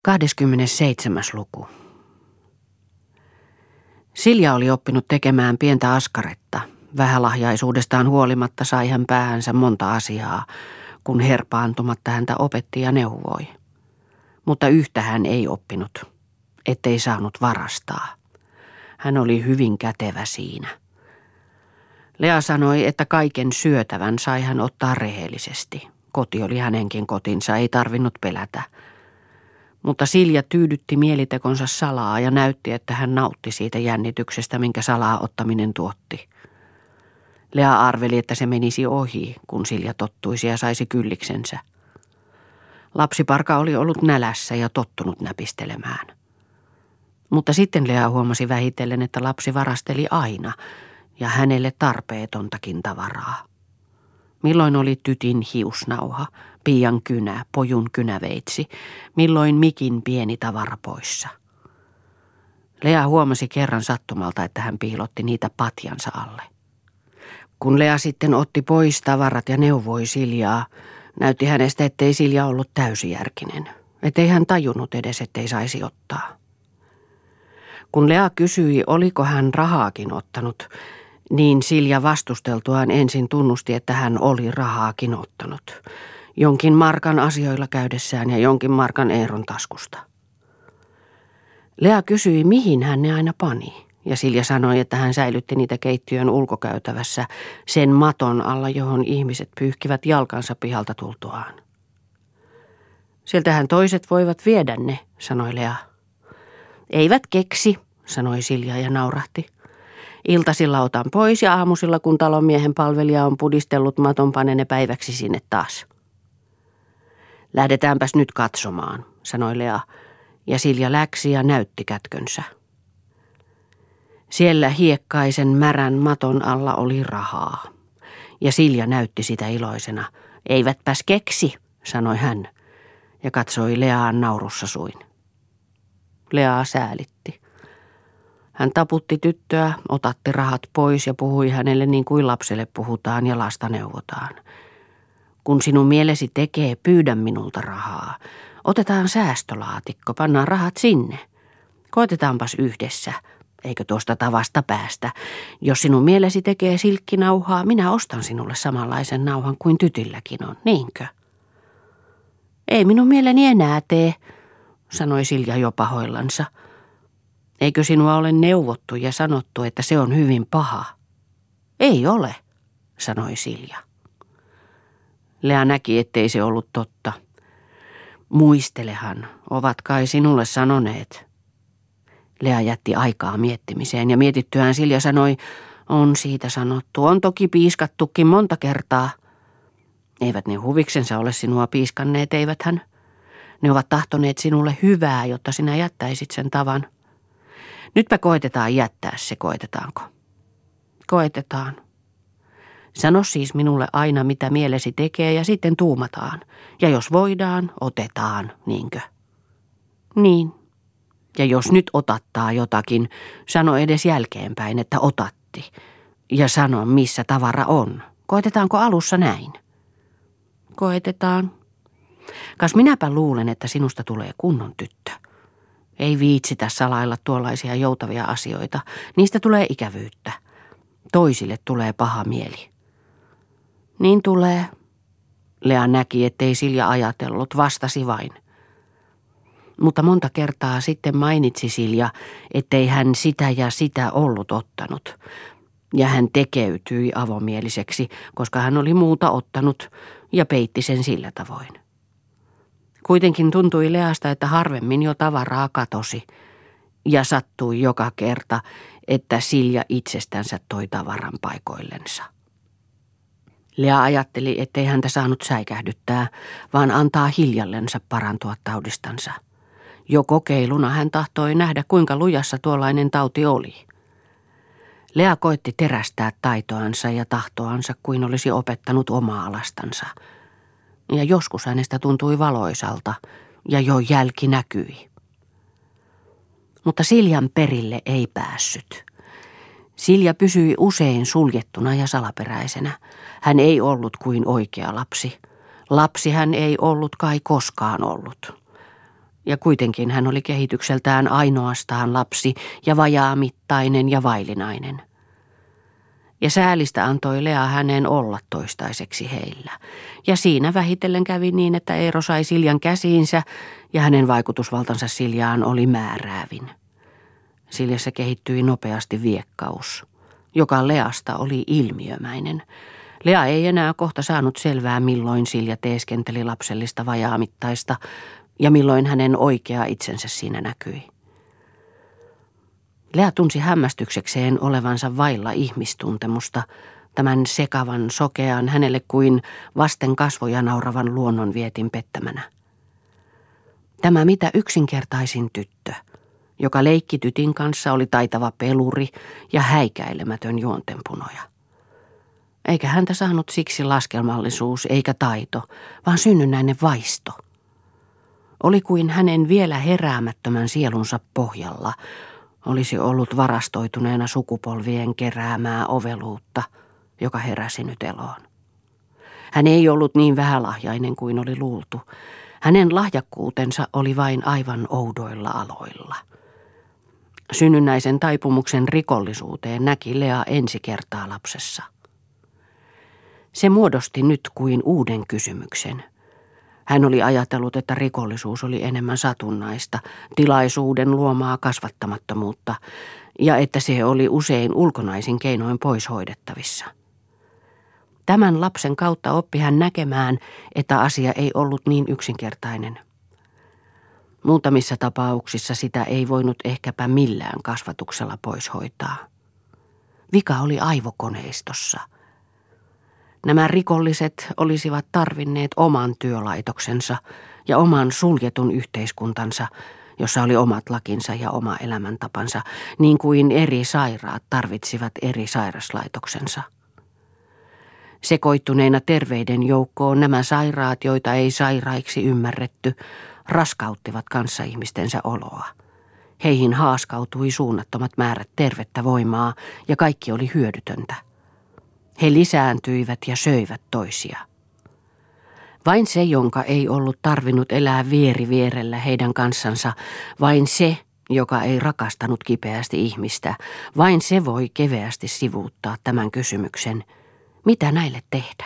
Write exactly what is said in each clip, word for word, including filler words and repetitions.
kahdeskymmenesseitsemäs luku. Silja oli oppinut tekemään pientä askaretta. Vähälahjaisuudestaan huolimatta sai hän päähänsä monta asiaa, kun herpaantumatta häntä opetti ja neuvoi. Mutta yhtä hän ei oppinut, ettei saanut varastaa. Hän oli hyvin kätevä siinä. Lea sanoi, että kaiken syötävän sai hän ottaa rehellisesti. Koti oli hänenkin kotinsa, ei tarvinnut pelätä. Mutta Silja tyydytti mielitekonsa salaa ja näytti, että hän nautti siitä jännityksestä, minkä salaa ottaminen tuotti. Lea arveli, että se menisi ohi, kun Silja tottuisi ja saisi kylliksensä. Lapsiparka oli ollut nälässä ja tottunut näpistelemään. Mutta sitten Lea huomasi vähitellen, että lapsi varasteli aina ja hänelle tarpeetontakin tavaraa. Milloin oli tytin hiusnauha, Pian kynä, pojun kynäveitsi, milloin mikin pieni tavara poissa. Lea huomasi kerran sattumalta, että hän piilotti niitä patjansa alle. Kun Lea sitten otti pois tavarat ja neuvoi Siljaa, näytti hänestä, ettei Silja ollut täysijärkinen, ettei hän tajunnut edes, ettei saisi ottaa. Kun Lea kysyi, oliko hän rahaakin ottanut, niin Silja vastusteltuaan ensin tunnusti, että hän oli rahaakin ottanut. Jonkin markan asioilla käydessään ja jonkin markan Eeron taskusta. Lea kysyi, mihin hän ne aina pani, ja Silja sanoi, että hän säilytti niitä keittiön ulkokäytävässä sen maton alla, johon ihmiset pyyhkivät jalkansa pihalta tultuaan. Sieltähän toiset voivat viedä ne, sanoi Lea. Eivät keksi, sanoi Silja ja naurahti. Iltasilla otan pois ja aamusilla, kun talonmiehen palvelija on pudistellut maton, pane ne päiväksi sinne taas. Lähdetäänpäs nyt katsomaan, sanoi Lea, ja Silja läksi ja näytti kätkönsä. Siellä hiekkaisen märän maton alla oli rahaa, ja Silja näytti sitä iloisena. Eivätpäs keksi, sanoi hän, ja katsoi Leaan naurussa suin. Lea säälitti. Hän taputti tyttöä, otatti rahat pois ja puhui hänelle niin kuin lapselle puhutaan ja lasta neuvotaan. Kun sinun mielesi tekee, pyydä minulta rahaa. Otetaan säästölaatikko, pannaan rahat sinne. Koetetaanpas yhdessä, eikö tuosta tavasta päästä. Jos sinun mielesi tekee silkkinauhaa, minä ostan sinulle samanlaisen nauhan kuin tytilläkin on, niinkö? Ei minun mieleni enää tee, sanoi Silja jo pahoillansa. Eikö sinua ole neuvottu ja sanottu, että se on hyvin paha? Ei ole, sanoi Silja. Lea näki, ettei se ollut totta. Muistelehan, ovat kai sinulle sanoneet. Lea jätti aikaa miettimiseen ja mietittyään Silja sanoi, on siitä sanottu, on toki piiskattukin monta kertaa. Eivät ne huviksensa ole sinua piiskanneet, eivät hän? Ne ovat tahtoneet sinulle hyvää, jotta sinä jättäisit sen tavan. Nytpä koetetaan jättää se, koetetaanko? Koetetaan. Sano siis minulle aina, mitä mielesi tekee, ja sitten tuumataan. Ja jos voidaan, otetaan, niinkö? Niin. Ja jos nyt otattaa jotakin, sano edes jälkeenpäin, että otatti. Ja sano, missä tavara on. Koetetaanko alussa näin? Koetetaan. Kas minäpä luulen, että sinusta tulee kunnon tyttö. Ei viitsitä salailla tuollaisia joutavia asioita. Niistä tulee ikävyyttä. Toisille tulee paha mieli. Niin tulee. Lea näki, ettei Silja ajatellut, vastasi vain. Mutta monta kertaa sitten mainitsi Silja, ettei hän sitä ja sitä ollut ottanut. Ja hän tekeytyi avomieliseksi, koska hän oli muuta ottanut ja peitti sen sillä tavoin. Kuitenkin tuntui Leasta, että harvemmin jo tavaraa katosi, ja sattui joka kerta, että Silja itsestänsä toi tavaran paikoillensa. Lea ajatteli, ettei häntä saanut säikähdyttää, vaan antaa hiljallensa parantua taudistansa. Jo kokeiluna hän tahtoi nähdä, kuinka lujassa tuollainen tauti oli. Lea koetti terästää taitoansa ja tahtoansa, kuin olisi opettanut omaa alastansa. Ja joskus hänestä tuntui valoisalta, ja jo jälki näkyi. Mutta Siljan perille ei päässyt. Silja pysyi usein suljettuna ja salaperäisenä. Hän ei ollut kuin oikea lapsi. Lapsi hän ei ollut kai koskaan ollut. Ja kuitenkin hän oli kehitykseltään ainoastaan lapsi ja vajaamittainen ja vaillinainen. Ja säälistä antoi Lea hänen olla toistaiseksi heillä. Ja siinä vähitellen kävi niin, että Eero sai Siljan käsiinsä ja hänen vaikutusvaltansa Siljaan oli määräävin. Siljassa kehittyi nopeasti viekkaus, joka Leasta oli ilmiömäinen. Lea ei enää kohta saanut selvää, milloin Silja teeskenteli lapsellista vajaamittaista ja milloin hänen oikea itsensä siinä näkyi. Lea tunsi hämmästyksekseen olevansa vailla ihmistuntemusta, tämän sekavan, sokean, hänelle kuin vasten kasvoja nauravan luonnonvietin pettämänä. Tämä mitä yksinkertaisin tyttö, joka leikki tytin kanssa, oli taitava peluri ja häikäilemätön juontenpunoja. Eikä häntä saanut siksi laskelmallisuus eikä taito, vaan synnynnäinen vaisto. Oli kuin hänen vielä heräämättömän sielunsa pohjalla olisi ollut varastoituneena sukupolvien keräämää oveluutta, joka heräsi nyt eloon. Hän ei ollut niin vähälahjainen kuin oli luultu. Hänen lahjakkuutensa oli vain aivan oudoilla aloilla. Synnynnäisen taipumuksen rikollisuuteen näki Lea ensi kertaa lapsessa. Se muodosti nyt kuin uuden kysymyksen. Hän oli ajatellut, että rikollisuus oli enemmän satunnaista, tilaisuuden luomaa kasvattamattomuutta, ja että se oli usein ulkonaisin keinoin pois hoidettavissa. Tämän lapsen kautta oppi hän näkemään, että asia ei ollut niin yksinkertainen. Muutamissa tapauksissa sitä ei voinut ehkäpä millään kasvatuksella pois hoitaa. Vika oli aivokoneistossa. Nämä rikolliset olisivat tarvinneet oman työlaitoksensa ja oman suljetun yhteiskuntansa, jossa oli omat lakinsa ja oma elämäntapansa, niin kuin eri sairaat tarvitsivat eri sairaslaitoksensa. Sekoittuneina terveiden joukkoon nämä sairaat, joita ei sairaiksi ymmärretty, raskauttivat kanssaihmistensä oloa. Heihin haaskautui suunnattomat määrät tervettä voimaa ja kaikki oli hyödytöntä. He lisääntyivät ja söivät toisia. Vain se, jonka ei ollut tarvinnut elää vieri vierellä heidän kanssansa, vain se, joka ei rakastanut kipeästi ihmistä, vain se voi keveästi sivuuttaa tämän kysymyksen, mitä näille tehdä?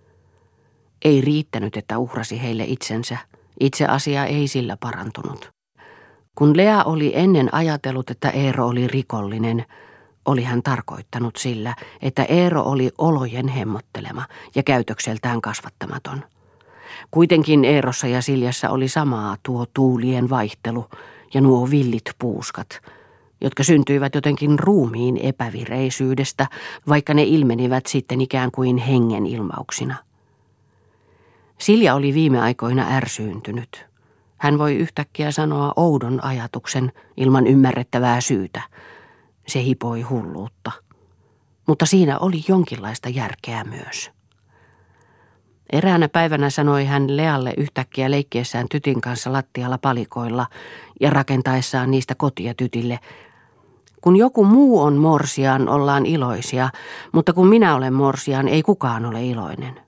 Ei riittänyt, että uhrasi heille itsensä. Itse asia ei sillä parantunut. Kun Lea oli ennen ajatellut, että Eero oli rikollinen, oli hän tarkoittanut sillä, että Eero oli olojen hemmottelema ja käytökseltään kasvattamaton. Kuitenkin Eerossa ja Siljassa oli samaa tuo tuulien vaihtelu ja nuo villit puuskat, jotka syntyivät jotenkin ruumiin epävireisyydestä, vaikka ne ilmenivät sitten ikään kuin hengen ilmauksina. Silja oli viime aikoina ärsyyntynyt. Hän voi yhtäkkiä sanoa oudon ajatuksen ilman ymmärrettävää syytä. Se hipoi hulluutta. Mutta siinä oli jonkinlaista järkeä myös. Eräänä päivänä sanoi hän Lealle yhtäkkiä leikkiessään tytin kanssa lattialla palikoilla ja rakentaessaan niistä kotia tytille: kun joku muu on morsian, ollaan iloisia, mutta kun minä olen morsian, ei kukaan ole iloinen.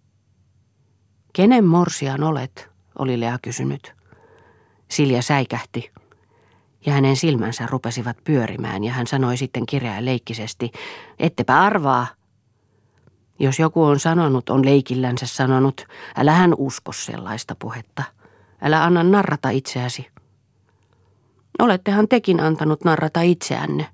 Kenen morsian olet, oli Lea kysynyt. Silja säikähti ja hänen silmänsä rupesivat pyörimään ja hän sanoi sitten kireän leikkisesti: ettepä arvaa. Jos joku on sanonut, on leikillänsä sanonut, älä hän usko sellaista puhetta. Älä anna narrata itseäsi. Olettehan tekin antanut narrata itseänne.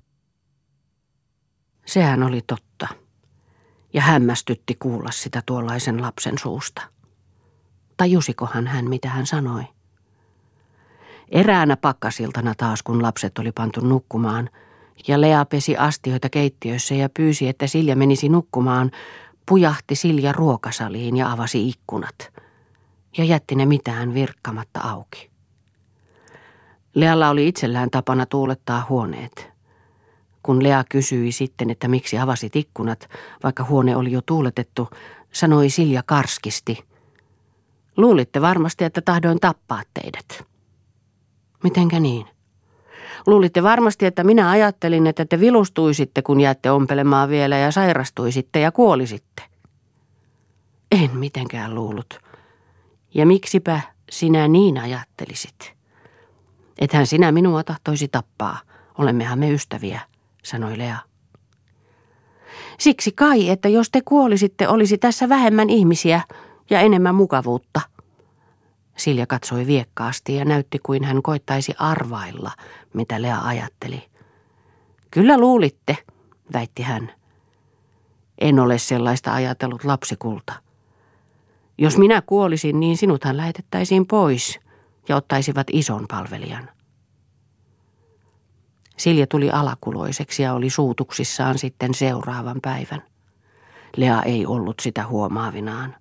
Sehän oli totta. Ja hämmästytti kuulla sitä tuollaisen lapsen suusta. Tajusikohan hän, mitä hän sanoi? Eräänä pakkasiltana taas, kun lapset oli pantu nukkumaan, ja Lea pesi astioita keittiössä ja pyysi, että Silja menisi nukkumaan, pujahti Silja ruokasaliin ja avasi ikkunat, ja jätti ne mitään virkkamatta auki. Lealla oli itsellään tapana tuulettaa huoneet. Kun Lea kysyi sitten, että miksi avasit ikkunat, vaikka huone oli jo tuuletettu, sanoi Silja karskisti: luulitte varmasti, että tahdoin tappaa teidät. Mitenkä niin? Luulitte varmasti, että minä ajattelin, että te vilustuisitte, kun jäätte ompelemaan vielä ja sairastuisitte ja kuolisitte. En mitenkään luullut. Ja miksipä sinä niin ajattelisit? Ethän sinä minua tahtoisi tappaa, olemmehan me ystäviä, sanoi Lea. Siksi kai, että jos te kuolisitte, olisi tässä vähemmän ihmisiä ja enemmän mukavuutta. Silja katsoi viekkaasti ja näytti kuin hän koittaisi arvailla, mitä Lea ajatteli. Kyllä luulitte, väitti hän. En ole sellaista ajatellut, lapsikulta. Jos minä kuolisin, niin sinuthan lähetettäisiin pois ja ottaisivat ison palvelijan. Silja tuli alakuloiseksi ja oli suutuksissaan sitten seuraavan päivän. Lea ei ollut sitä huomaavinaan.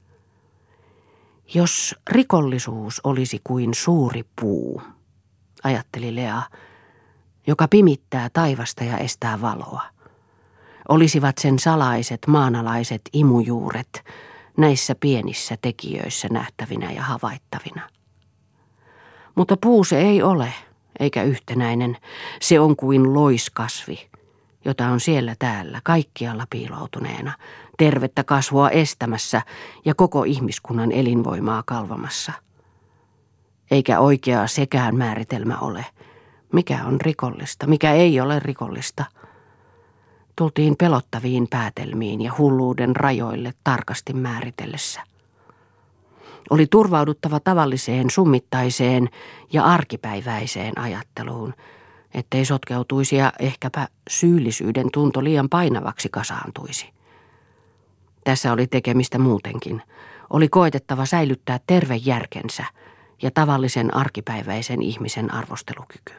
Jos rikollisuus olisi kuin suuri puu, ajatteli Lea, joka pimittää taivasta ja estää valoa. Olisivat sen salaiset maanalaiset imujuuret näissä pienissä tekijöissä nähtävinä ja havaittavina. Mutta puu se ei ole, eikä yhtenäinen. Se on kuin loiskasvi, jota on siellä täällä kaikkialla piiloutuneena, tervettä kasvua estämässä ja koko ihmiskunnan elinvoimaa kalvamassa. Eikä oikeaa sekään määritelmä ole, mikä on rikollista, mikä ei ole rikollista. Tultiin pelottaviin päätelmiin ja hulluuden rajoille tarkasti määritellessä. Oli turvauduttava tavalliseen, summittaiseen ja arkipäiväiseen ajatteluun, ettei sotkeutuisi ja ehkäpä syyllisyyden tunto liian painavaksi kasaantuisi. Tässä oli tekemistä muutenkin. Oli koetettava säilyttää terve järkensä ja tavallisen arkipäiväisen ihmisen arvostelukyky.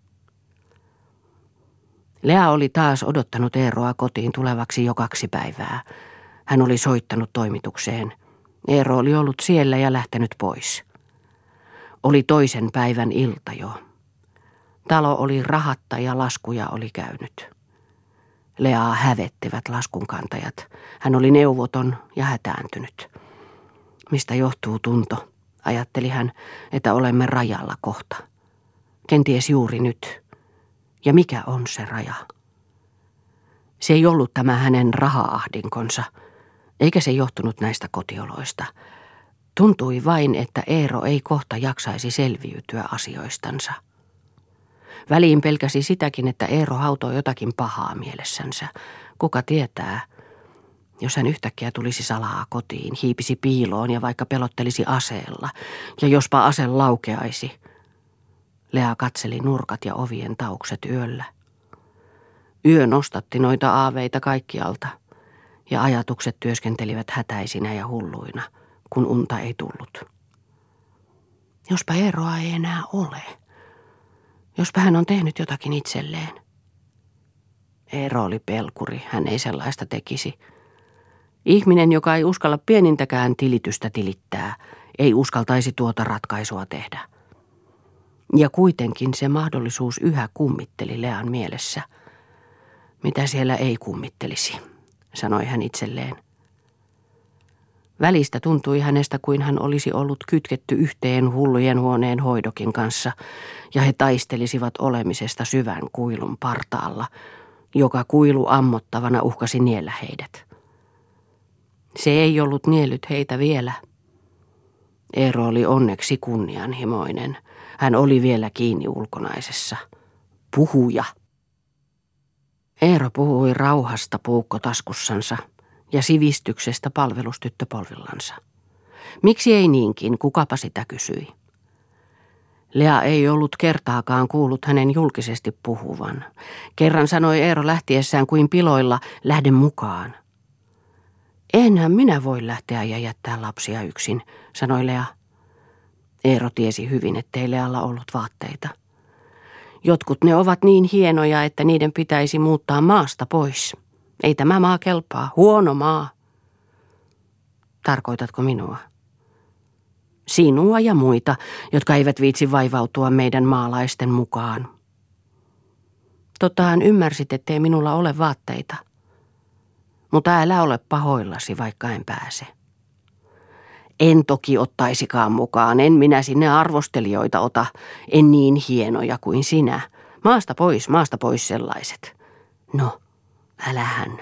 Lea oli taas odottanut Eeroa kotiin tulevaksi jo kaksi päivää. Hän oli soittanut toimitukseen. Eero oli ollut siellä ja lähtenyt pois. Oli toisen päivän ilta jo. Talo oli rahatta ja laskuja oli käynyt. Leaa hävettivät laskunkantajat. Hän oli neuvoton ja hätääntynyt. Mistä johtuu tunto, ajatteli hän, että olemme rajalla kohta. Kenties juuri nyt. Ja mikä on se raja? Se ei ollut tämä hänen raha-ahdinkonsa, eikä se johtunut näistä kotioloista. Tuntui vain, että Eero ei kohta jaksaisi selviytyä asioistansa. Väliin pelkäsi sitäkin, että Eero hautoi jotakin pahaa mielessänsä. Kuka tietää, jos hän yhtäkkiä tulisi salaa kotiin, hiipisi piiloon ja vaikka pelottelisi aseella, ja jospa ase laukeaisi. Lea katseli nurkat ja ovien taukset yöllä. Yö nostatti noita aaveita kaikkialta, ja ajatukset työskentelivät hätäisinä ja hulluina, kun unta ei tullut. Jospa Eeroa ei enää ole. Jospa hän on tehnyt jotakin itselleen. Eero oli pelkuri, hän ei sellaista tekisi. Ihminen, joka ei uskalla pienintäkään tilitystä tilittää, ei uskaltaisi tuota ratkaisua tehdä. Ja kuitenkin se mahdollisuus yhä kummitteli Lean mielessä. Mitä siellä ei kummittelisi, sanoi hän itselleen. Välistä tuntui hänestä kuin hän olisi ollut kytketty yhteen hullujen huoneen hoidokin kanssa, ja he taistelisivat olemisesta syvän kuilun partaalla, joka kuilu ammottavana uhkasi niellä heidät. Se ei ollut niellyt heitä vielä. Eero oli onneksi kunnianhimoinen. Hän oli vielä kiinni ulkonaisessa. Puhuja. Eero puhui rauhasta puukkotaskussansa ja sivistyksestä palvelustyttöpolvillansa. Miksi ei niinkin, kukapa sitä kysyi. Lea ei ollut kertaakaan kuullut hänen julkisesti puhuvan. Kerran sanoi Eero lähtiessään kuin piloilla, lähde mukaan. Enhän minä voi lähteä ja jättää lapsia yksin, sanoi Lea. Eero tiesi hyvin, ettei Lealla ollut vaatteita. Jotkut ne ovat niin hienoja, että niiden pitäisi muuttaa maasta pois. Ei tämä maa kelpaa, huono maa. Tarkoitatko minua? Sinua ja muita, jotka eivät viitsi vaivautua meidän maalaisten mukaan. Tottahan ymmärsit, ettei minulla ole vaatteita. Mutta älä ole pahoillasi, vaikka en pääse. En toki ottaisikaan mukaan, en minä sinne arvostelijoita ota, en niin hienoja kuin sinä. Maasta pois, maasta pois sellaiset. No, älähän.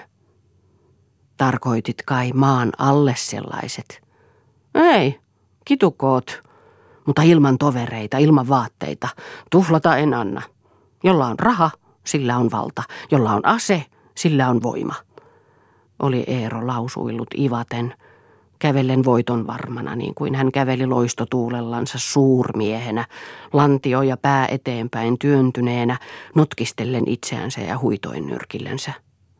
Tarkoitit kai maan alle sellaiset. Ei, kitukoot, mutta ilman tovereita, ilman vaatteita. Tuhlata en anna. Jolla on raha, sillä on valta. Jolla on ase, sillä on voima. Oli Eero lausuillut ivaten, kävellen voiton varmana, niin kuin hän käveli loistotuulellansa suurmiehenä, lantio ja pää eteenpäin työntyneenä, notkistellen itseänsä ja huitoin nyrkillensä.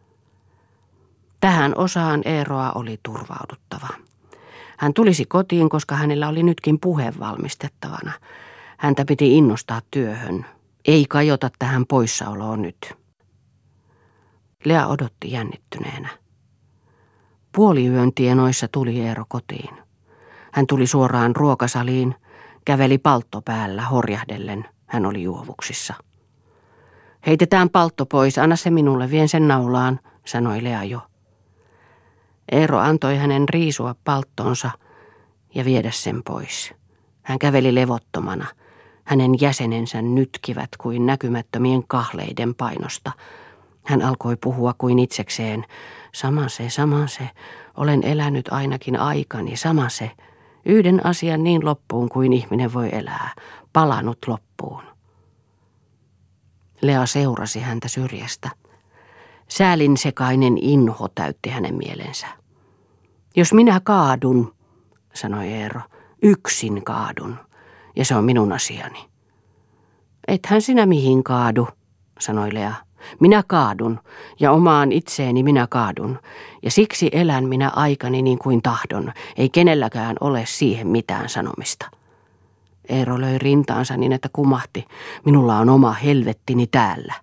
Tähän osaan Eeroa oli turvauduttava. Hän tulisi kotiin, koska hänellä oli nytkin puhe valmistettavana. Häntä piti innostaa työhön, ei kajota tähän poissaoloon nyt. Lea odotti jännittyneenä. Puoliyön tienoissa tuli Eero kotiin. Hän tuli suoraan ruokasaliin, käveli paltto päällä horjahdellen. Hän oli juovuksissa. Heitetään paltto pois, anna se minulle, vien sen naulaan, sanoi Lea jo. Eero antoi hänen riisua palttonsa ja viedä sen pois. Hän käveli levottomana. Hänen jäsenensä nytkivät kuin näkymättömien kahleiden painosta. Hän alkoi puhua kuin itsekseen. Sama se, sama se. Olen elänyt ainakin aikani, sama se. Yhden asian niin loppuun kuin ihminen voi elää. Palanut loppuun. Lea seurasi häntä syrjästä. Säälin sekainen inho täytti hänen mielensä. Jos minä kaadun, sanoi Eero, yksin kaadun, ja se on minun asiani. Ethän sinä mihin kaadu, sanoi Lea. Minä kaadun, ja omaan itseeni minä kaadun, ja siksi elän minä aikani niin kuin tahdon, ei kenelläkään ole siihen mitään sanomista. Eero löi rintaansa niin, että kumahti, minulla on oma helvettini täällä.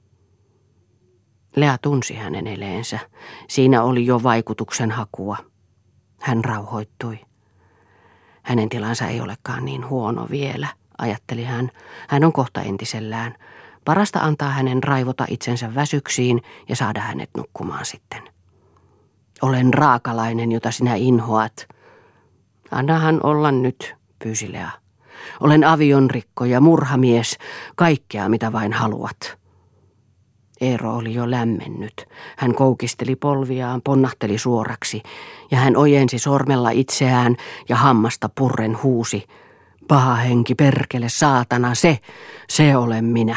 Lea tunsi hänen eleensä, siinä oli jo vaikutuksen hakua. Hän rauhoittui. Hänen tilansa ei olekaan niin huono vielä, ajatteli hän, hän on kohta entisellään. Parasta antaa hänen raivota itsensä väsyksiin ja saada hänet nukkumaan sitten. Olen raakalainen, jota sinä inhoat. Annahan olla nyt, pyysi Lea. Olen avionrikko ja murhamies, kaikkea mitä vain haluat. Eero oli jo lämmennyt. Hän koukisteli polviaan, ponnahteli suoraksi ja hän ojensi sormella itseään ja hammasta purren huusi. Paha henki, perkele, saatana, se, se olen minä.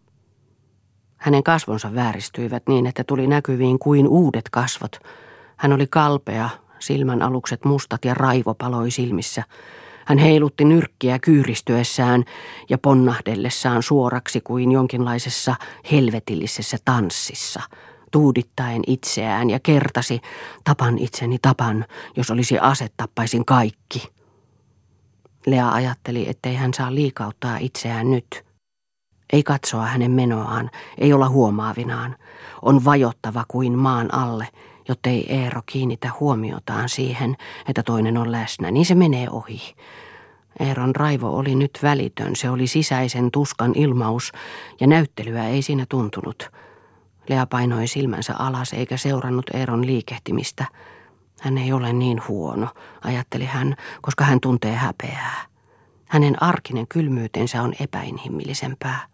Hänen kasvonsa vääristyivät niin, että tuli näkyviin kuin uudet kasvot. Hän oli kalpea, silmän alukset mustat ja raivo paloi silmissä. Hän heilutti nyrkkiä kyyristyessään ja ponnahdellessaan suoraksi kuin jonkinlaisessa helvetillisessä tanssissa, tuudittaen itseään ja kertasi, tapan itseni, tapan, jos olisi ase, tappaisin kaikki. Lea ajatteli, ettei hän saa liikauttaa itseään nyt. Ei katsoa hänen menoaan, ei olla huomaavinaan. On vajottava kuin maan alle, jottei Eero kiinnitä huomiotaan siihen, että toinen on läsnä, niin se menee ohi. Eeron raivo oli nyt välitön, se oli sisäisen tuskan ilmaus ja näyttelyä ei siinä tuntunut. Lea painoi silmänsä alas eikä seurannut Eeron liikehtimistä. Hän ei ole niin huono, ajatteli hän, koska hän tuntee häpeää. Hänen arkinen kylmyytensä on epäinhimillisempää.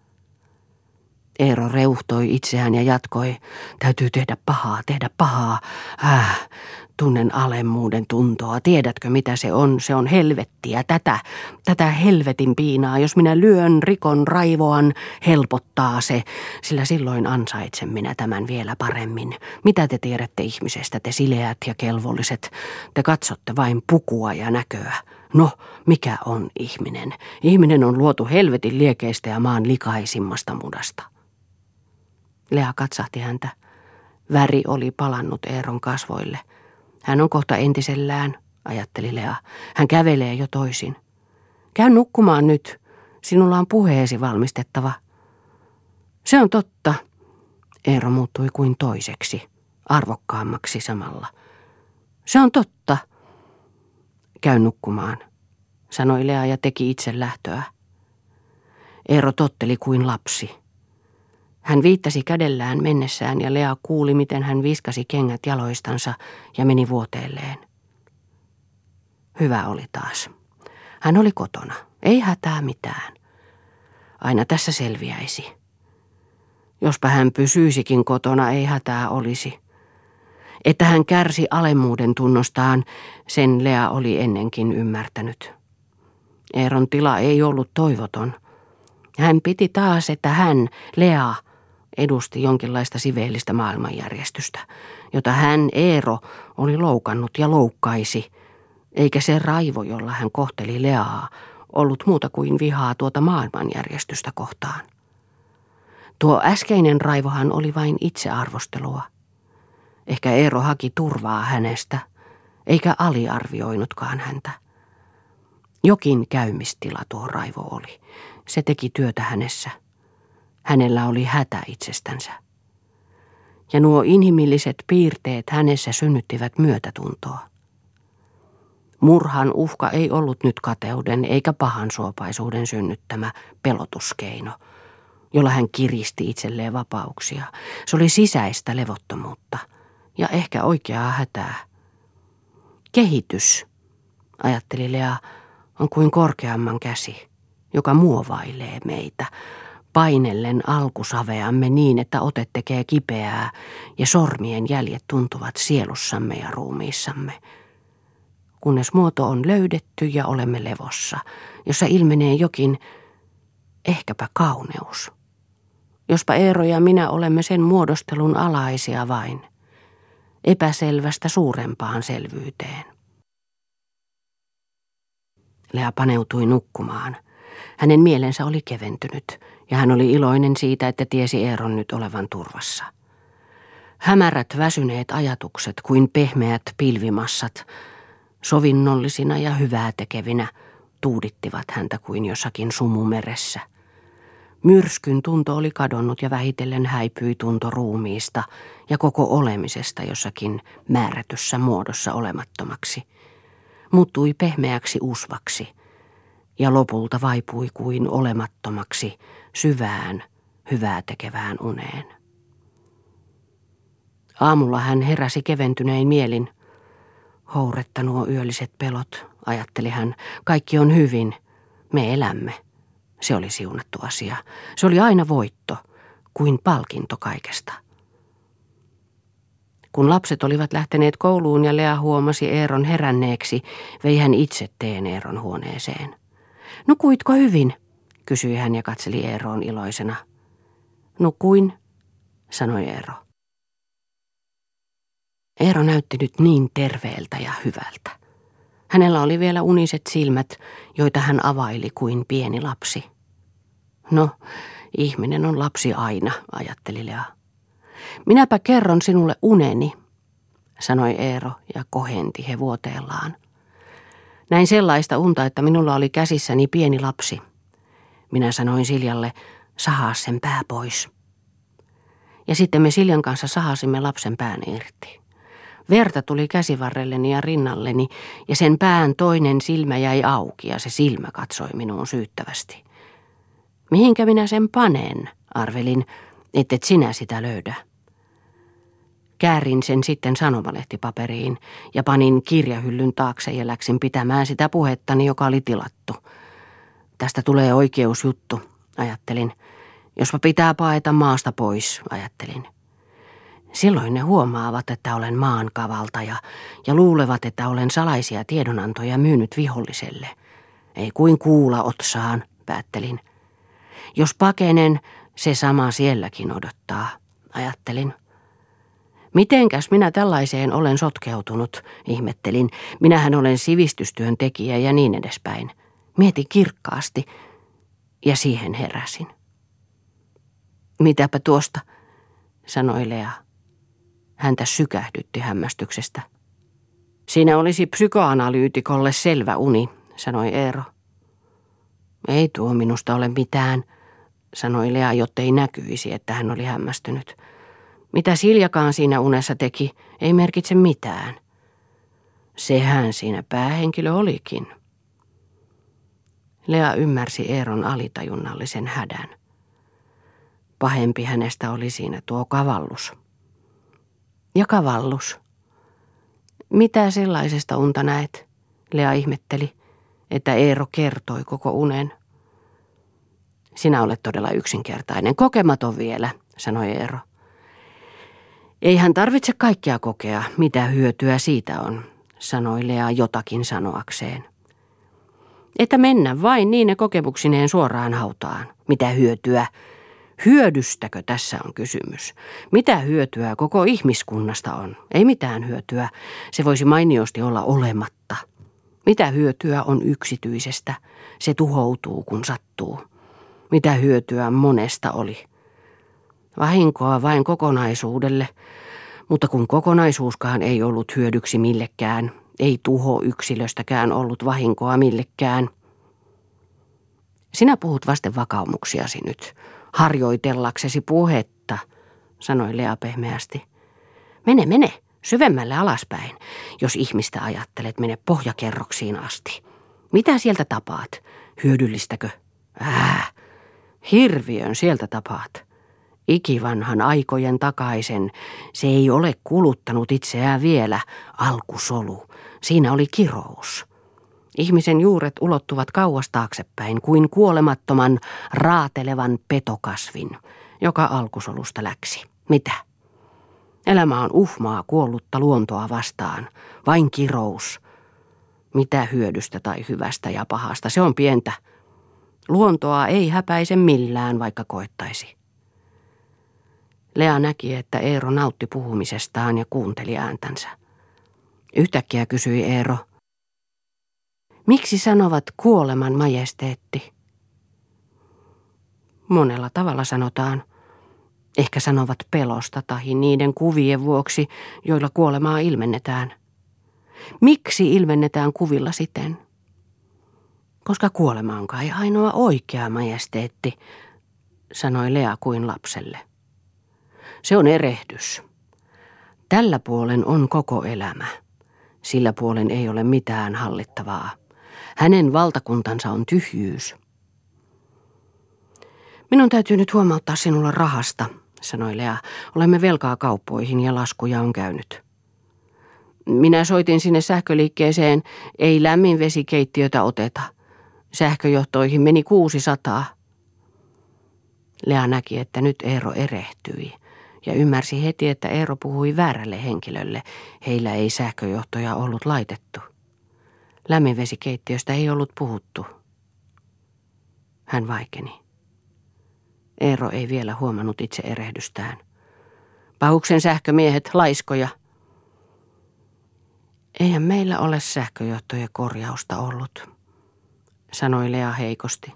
Eero reuhtoi itseään ja jatkoi, täytyy tehdä pahaa, tehdä pahaa. Äh, tunnen alemmuuden tuntoa, tiedätkö mitä se on? Se on helvettiä, tätä, tätä helvetin piinaa. Jos minä lyön, rikon, raivoan, helpottaa se, sillä silloin ansaitsen minä tämän vielä paremmin. Mitä te tiedätte ihmisestä, te sileät ja kelvolliset? Te katsotte vain pukua ja näköä. No, mikä on ihminen? Ihminen on luotu helvetin liekeistä ja maan likaisimmasta mudasta. Lea katsahti häntä. Väri oli palannut Eeron kasvoille. Hän on kohta entisellään, ajatteli Lea. Hän kävelee jo toisin. Käy nukkumaan nyt. Sinulla on puheesi valmistettava. Se on totta. Eero muuttui kuin toiseksi, arvokkaammaksi samalla. Se on totta. Käy nukkumaan, sanoi Lea ja teki itse lähtöä. Eero totteli kuin lapsi. Hän viittasi kädellään mennessään ja Lea kuuli, miten hän viskasi kengät jaloistansa ja meni vuoteelleen. Hyvä oli taas. Hän oli kotona. Ei hätää mitään. Aina tässä selviäisi. Jospa hän pysyisikin kotona, ei hätää olisi. Että hän kärsi alemmuuden tunnostaan, sen Lea oli ennenkin ymmärtänyt. Eeron tila ei ollut toivoton. Hän piti taas, että hän, Lea, edusti jonkinlaista siveellistä maailmanjärjestystä, jota hän, Eero, oli loukannut ja loukkaisi, eikä se raivo, jolla hän kohteli Leaa, ollut muuta kuin vihaa tuota maailmanjärjestystä kohtaan. Tuo äskeinen raivohan oli vain itsearvostelua. Ehkä Eero haki turvaa hänestä, eikä aliarvioinutkaan häntä. Jokin käymistila tuo raivo oli. Se teki työtä hänessä. Hänellä oli hätä itsestänsä. Ja nuo inhimilliset piirteet hänessä synnyttivät myötätuntoa. Murhan uhka ei ollut nyt kateuden eikä pahan suopaisuuden synnyttämä pelotuskeino, jolla hän kiristi itselleen vapauksia. Se oli sisäistä levottomuutta ja ehkä oikeaa hätää. Kehitys, ajatteli Lea, on kuin korkeamman käsi, joka muovailee meitä, painellen alkusaveamme niin, että ote tekee kipeää ja sormien jäljet tuntuvat sielussamme ja ruumiissamme. Kunnes muoto on löydetty ja olemme levossa, jossa ilmenee jokin, ehkäpä kauneus. Jospa Eero ja minä olemme sen muodostelun alaisia vain, epäselvästä suurempaan selvyyteen. Lea paneutui nukkumaan. Hänen mielensä oli keventynyt ja hän oli iloinen siitä, että tiesi Eeron nyt olevan turvassa. Hämärät väsyneet ajatukset kuin pehmeät pilvimassat, sovinnollisina ja hyvää tekevinä, tuudittivat häntä kuin jossakin sumumeressä. Myrskyn tunto oli kadonnut ja vähitellen häipyi tunto ruumiista ja koko olemisesta jossakin määrätyssä muodossa olemattomaksi. Muuttui pehmeäksi usvaksi ja lopulta vaipui kuin olemattomaksi syvään, hyvää tekevään uneen. Aamulla hän heräsi keventynein mielin. Houretta nuo yölliset pelot, ajatteli hän, kaikki on hyvin, me elämme. Se oli siunattu asia. Se oli aina voitto, kuin palkinto kaikesta. Kun lapset olivat lähteneet kouluun ja Lea huomasi Eeron heränneeksi, vei hän itse teen Eeron huoneeseen. Nukuitko hyvin? Kysyi hän ja katseli Eeroon iloisena. Nukuin, sanoi Eero. Eero näytti nyt niin terveeltä ja hyvältä. Hänellä oli vielä uniset silmät, joita hän availi kuin pieni lapsi. No, ihminen on lapsi aina, ajatteli Lea. Minäpä kerron sinulle uneni, sanoi Eero ja kohenti hevuoteellaan. Näin sellaista unta, että minulla oli käsissäni pieni lapsi. Minä sanoin Siljalle, sahaa sen pää pois. Ja sitten me Siljan kanssa sahasimme lapsen pään irti. Verta tuli käsivarrelleni ja rinnalleni, ja sen pään toinen silmä jäi auki, ja se silmä katsoi minuun syyttävästi. Mihinkä minä sen panen, arvelin, ettet sinä sitä löydä. Käärin sen sitten sanomalehtipaperiin ja panin kirjahyllyn taakse ja läksin pitämään sitä puhettani, joka oli tilattu. Tästä tulee oikeusjuttu, ajattelin. Jospa pitää paeta maasta pois, ajattelin. Silloin ne huomaavat, että olen maankavaltaja ja luulevat, että olen salaisia tiedonantoja myynyt viholliselle. Ei kuin kuula otsaan, päättelin. Jos pakenen, se sama sielläkin odottaa, ajattelin. Mitenkäs minä tällaiseen olen sotkeutunut, ihmettelin. Minähän olen sivistystyön tekijä ja niin edespäin. Mietin kirkkaasti ja siihen heräsin. Mitäpä tuosta, sanoi Lea. Häntä sykähdytti hämmästyksestä. Siinä olisi psykoanalyytikolle selvä uni, sanoi Eero. Ei tuo minusta ole mitään, sanoi Lea, jottei näkyisi, että hän oli hämmästynyt. Mitä Siljakaan siinä unessa teki, ei merkitse mitään. Sehän siinä päähenkilö olikin. Lea ymmärsi Eeron alitajunnallisen hädän. Pahempi hänestä oli siinä tuo kavallus. Ja kavallus. Mitä sellaisesta unta näet? Lea ihmetteli, että Eero kertoi koko unen. Sinä olet todella yksinkertainen, kokematon vielä, sanoi Eero. Ei hän tarvitse kaikkea kokea, mitä hyötyä siitä on, sanoi Lea jotakin sanoakseen. Että mennä vain niine kokemuksineen suoraan hautaan. Mitä hyötyä? Hyödystäkö tässä on kysymys? Mitä hyötyä koko ihmiskunnasta on? Ei mitään hyötyä. Se voisi mainiosti olla olematta. Mitä hyötyä on yksityisestä? Se tuhoutuu, kun sattuu. Mitä hyötyä monesta oli? Vahinkoa vain kokonaisuudelle, mutta kun kokonaisuuskaan ei ollut hyödyksi millekään, ei tuho yksilöstäkään ollut vahinkoa millekään. Sinä puhut vasten vakaumuksiasi nyt, harjoitellaksesi puhetta, sanoi Lea pehmeästi. Mene, mene, syvemmälle alaspäin, jos ihmistä ajattelet, mene pohjakerroksiin asti. Mitä sieltä tapaat? Hyödyllistäkö? Äh, hirviön sieltä tapaat. Ikivanhan aikojen takaisen, se ei ole kuluttanut itseään vielä, alkusolu. Siinä oli kirous. Ihmisen juuret ulottuvat kauas taaksepäin kuin kuolemattoman raatelevan petokasvin, joka alkusolusta läksi. Mitä? Elämä on uhmaa kuollutta luontoa vastaan, vain kirous. Mitä hyödystä tai hyvästä ja pahasta, se on pientä. Luontoa ei häpäise millään, vaikka koettaisi. Lea näki, että Eero nautti puhumisestaan ja kuunteli ääntänsä. Yhtäkkiä kysyi Eero, miksi sanovat kuoleman majesteetti? Monella tavalla sanotaan. Ehkä sanovat pelosta tai niiden kuvien vuoksi, joilla kuolemaa ilmennetään. Miksi ilmennetään kuvilla siten? Koska kuolema on kai ainoa oikea majesteetti, sanoi Lea kuin lapselle. Se on erehdys. Tällä puolen on koko elämä. Sillä puolen ei ole mitään hallittavaa. Hänen valtakuntansa on tyhjyys. Minun täytyy nyt huomauttaa sinulle rahasta, sanoi Lea. Olemme velkaa kauppoihin ja laskuja on käynyt. Minä soitin sinne sähköliikkeeseen, ei lämminvesikeittiötä oteta. Sähköjohtoihin meni kuusisataa. Lea näki, että nyt Eero erehtyi ja ymmärsi heti, että Eero puhui väärälle henkilölle. Heillä ei sähköjohtoja ollut laitettu. Lämminvesikeittiöstä ei ollut puhuttu. Hän vaikeni. Eero ei vielä huomannut itse erehdystään. Pahuksen sähkömiehet, laiskoja. Eihän meillä ole sähköjohtojen korjausta ollut, sanoi Lea heikosti.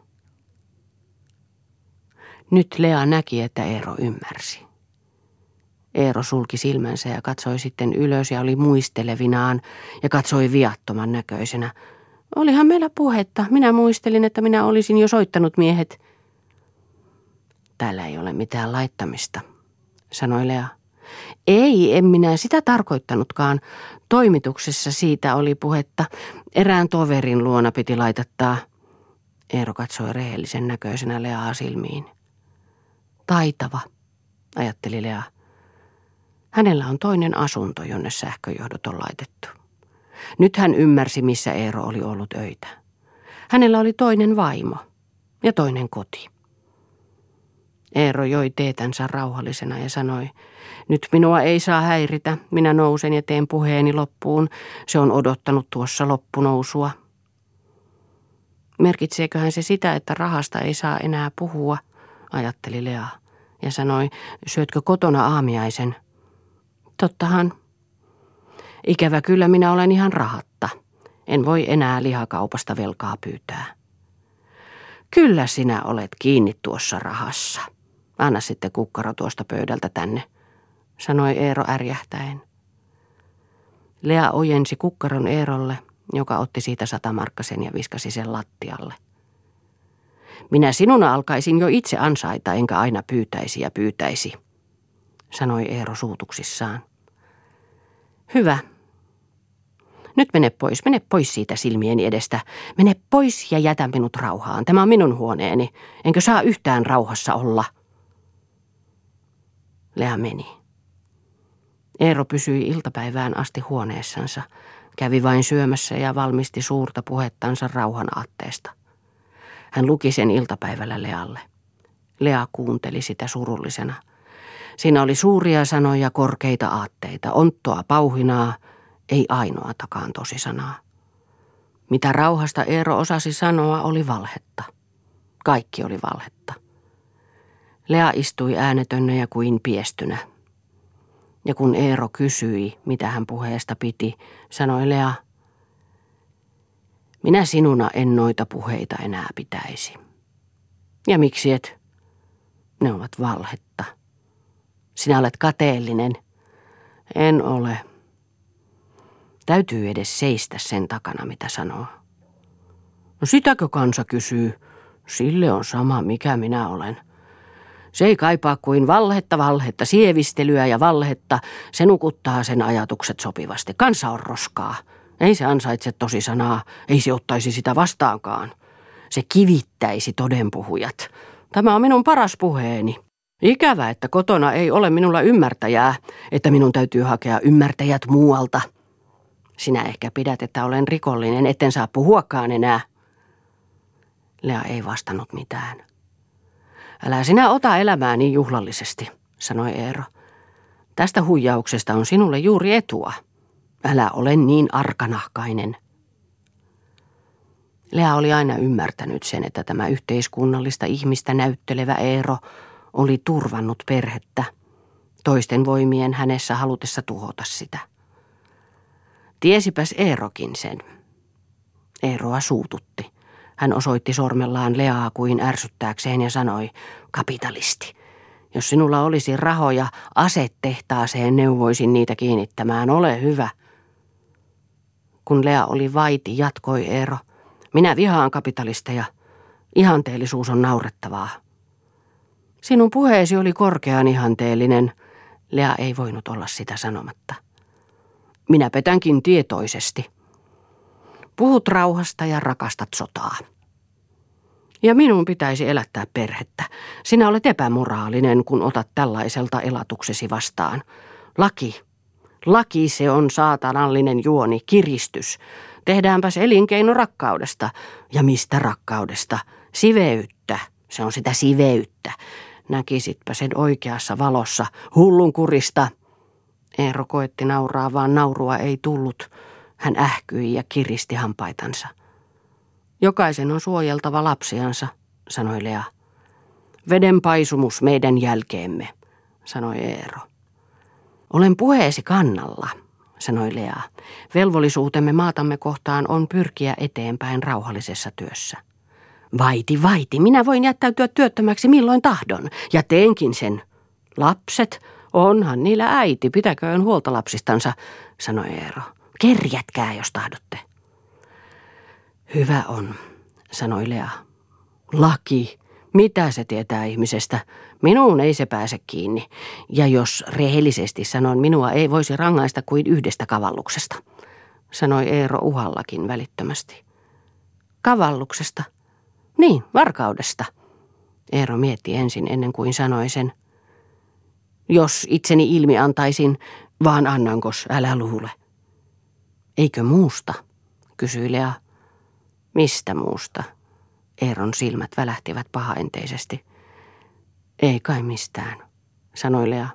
Nyt Lea näki, että Eero ymmärsi. Eero sulki silmänsä ja katsoi sitten ylös ja oli muistelevinaan ja katsoi viattoman näköisenä. Olihan meillä puhetta. Minä muistelin, että minä olisin jo soittanut miehet. Täällä ei ole mitään laittamista, sanoi Lea. Ei, en minä sitä tarkoittanutkaan. Toimituksessa siitä oli puhetta. Erään toverin luona piti laitattaa. Eero katsoi rehellisen näköisenä Leaa silmiin. Taitava, ajatteli Lea. Hänellä on toinen asunto, jonne sähköjohdot on laitettu. Nyt hän ymmärsi, missä Eero oli ollut öitä. Hänellä oli toinen vaimo ja toinen koti. Eero joi teetänsä rauhallisena ja sanoi, nyt minua ei saa häiritä, minä nousen ja teen puheeni loppuun, se on odottanut tuossa loppunousua. Merkitseeköhän se sitä, että rahasta ei saa enää puhua, ajatteli Lea ja sanoi, syötkö kotona aamiaisen? Tottahan. Ikävä kyllä minä olen ihan rahatta. En voi enää lihakaupasta velkaa pyytää. Kyllä sinä olet kiinni tuossa rahassa. Anna sitten kukkaro tuosta pöydältä tänne, sanoi Eero ärjähtäen. Lea ojensi kukkaron Eerolle, joka otti siitä satamarkkasen ja viskasi sen lattialle. Minä sinuna alkaisin jo itse ansaita, enkä aina pyytäisi ja pyytäisi, sanoi Eero suutuksissaan. Hyvä. Nyt mene pois, mene pois siitä silmieni edestä. Mene pois ja jätä minut rauhaan. Tämä on minun huoneeni. Enkö saa yhtään rauhassa olla? Lea meni. Eero pysyi iltapäivään asti huoneessansa. Kävi vain syömässä ja valmisti suurta puhettansa rauhan aatteesta. Hän luki sen iltapäivällä Lealle. Lea kuunteli sitä surullisena. Siinä oli suuria sanoja, korkeita aatteita, onttoa pauhinaa, ei ainoatakaan tosisanaa. Mitä rauhasta Eero osasi sanoa, oli valhetta. Kaikki oli valhetta. Lea istui äänetönnä ja kuin piestynä. Ja kun Eero kysyi, mitä hän puheesta piti, sanoi Lea, minä sinuna en noita puheita enää pitäisi. Ja miksi et? Ne ovat valhetta. Sinä olet kateellinen. En ole. Täytyy edes seistä sen takana, mitä sanoo. No sitäkö kansa kysyy? Sille on sama, mikä minä olen. Se ei kaipaa kuin valhetta, valhetta, sievistelyä ja valhetta. Se nukuttaa sen ajatukset sopivasti. Kansa on roskaa. Ei se ansaitse tosisanaa. Ei se ottaisi sitä vastaankaan. Se kivittäisi todenpuhujat. Tämä on minun paras puheeni. Ikävä, että kotona ei ole minulla ymmärtäjää, että minun täytyy hakea ymmärtäjät muualta. Sinä ehkä pidät, että olen rikollinen, etten saa puhuakaan enää. Lea ei vastannut mitään. Älä sinä ota elämää niin juhlallisesti, sanoi Eero. Tästä huijauksesta on sinulle juuri etua. Älä ole niin arkanahkainen. Lea oli aina ymmärtänyt sen, että tämä yhteiskunnallista ihmistä näyttelevä Eero oli turvannut perhettä, toisten voimien hänessä halutessa tuhota sitä. Tiesipäs Eerokin sen. Eeroa suututti. Hän osoitti sormellaan Leaa kuin ärsyttääkseen ja sanoi, kapitalisti, jos sinulla olisi rahoja asetehtaaseen, neuvoisin niitä kiinnittämään, ole hyvä. Kun Lea oli vaiti, jatkoi Eero, minä vihaan kapitalisteja. Ihanteellisuus on naurettavaa. Sinun puheesi oli korkean ihanteellinen. Lea ei voinut olla sitä sanomatta. Minä petänkin tietoisesti. Puhut rauhasta ja rakastat sotaa. Ja minun pitäisi elättää perhettä. Sinä olet epämoraalinen, kun otat tällaiselta elatuksesi vastaan. Laki. Laki se on saatanallinen juoni, kiristys. Tehdäänpäs elinkeino rakkaudesta. Ja mistä rakkaudesta? Siveyttä. Se on sitä siveyttä. Näkisitpä sen oikeassa valossa. Hullunkurista. Eero koetti nauraa, vaan naurua ei tullut. Hän ähkyi ja kiristi hampaitansa. Jokaisen on suojeltava lapsiansa, sanoi Lea. Vedenpaisumus meidän jälkeemme, sanoi Eero. Olen puheesi kannalla, sanoi Lea. Velvollisuutemme maatamme kohtaan on pyrkiä eteenpäin rauhallisessa työssä. Vaiti, vaiti, minä voin jättäytyä työttömäksi milloin tahdon, ja teenkin sen. Lapset, onhan niillä äiti, pitäköön huolta lapsistansa, sanoi Eero. Kerjätkää, jos tahdotte. Hyvä on, sanoi Lea. Laki, mitä se tietää ihmisestä? Minuun ei se pääse kiinni. Ja jos rehellisesti sanon, minua ei voisi rangaista kuin yhdestä kavalluksesta, sanoi Eero uhallakin välittömästi. Kavalluksesta? Niin, varkaudesta. Eero mietti ensin ennen kuin sanoi sen. Jos itseni ilmi antaisin, vaan annankos, älä luule. Eikö muusta, kysyi Lea. Mistä muusta? Eeron silmät välähtivät pahaenteisesti. Ei kai mistään, sanoi Lea.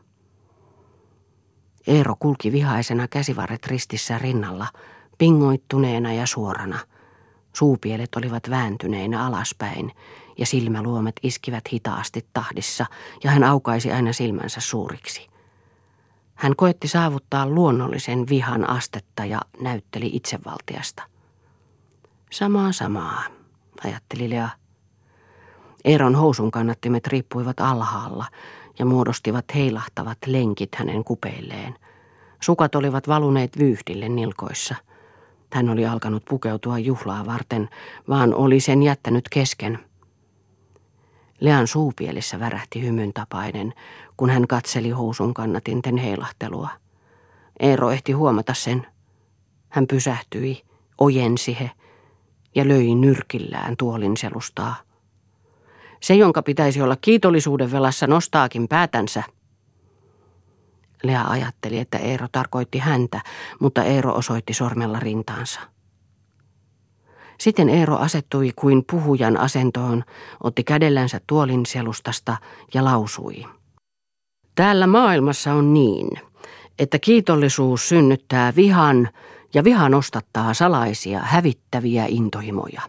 Eero kulki vihaisena käsivarret ristissä rinnalla, pingoittuneena ja suorana. Suupielet olivat vääntyneinä alaspäin ja silmäluomet iskivät hitaasti tahdissa ja hän aukaisi aina silmänsä suuriksi. Hän koetti saavuttaa luonnollisen vihan astetta ja näytteli itsevaltiasta. Samaa samaa, ajatteli Lea. Eeron housun kannattimet riippuivat alhaalla ja muodostivat heilahtavat lenkit hänen kupeilleen. Sukat olivat valuneet vyyhdille nilkoissa. Hän oli alkanut pukeutua juhlaa varten, vaan oli sen jättänyt kesken. Lean suupielissä värähti hymyn tapainen, kun hän katseli housun kannatinten heilahtelua. Eero ehti huomata sen. Hän pysähtyi, ojensi he ja löi nyrkillään tuolin selustaa. Se, jonka pitäisi olla kiitollisuuden velassa, nostaakin päätänsä. Lea ajatteli, että Eero tarkoitti häntä, mutta Eero osoitti sormella rintaansa. Sitten Eero asettui kuin puhujan asentoon, otti kädellänsä tuolin selustasta ja lausui. Täällä maailmassa on niin, että kiitollisuus synnyttää vihan ja viha nostattaa salaisia, hävittäviä intohimoja.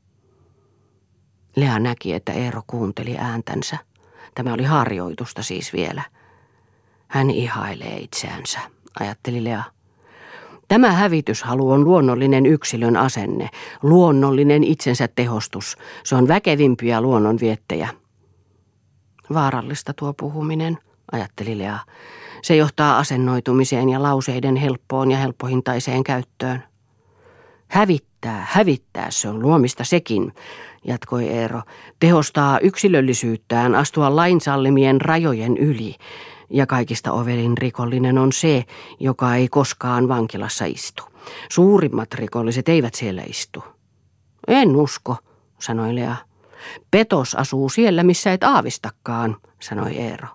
Lea näki, että Eero kuunteli ääntänsä. Tämä oli harjoitusta siis vielä. Hän ihailee itseänsä, ajatteli Lea. Tämä hävityshalu on luonnollinen yksilön asenne, luonnollinen itsensä tehostus. Se on väkevimpiä luonnonviettejä. Vaarallista tuo puhuminen, ajatteli Lea. Se johtaa asennoitumiseen ja lauseiden helppoon ja helppohintaiseen käyttöön. Hävittää, hävittää, se on luomista sekin, jatkoi Eero. Tehostaa yksilöllisyyttään, astua lain sallimien rajojen yli. Ja kaikista ovelin rikollinen on se, joka ei koskaan vankilassa istu. Suurimmat rikolliset eivät siellä istu. En usko, sanoi Lea. Petos asuu siellä, missä et aavistakaan, sanoi Eero.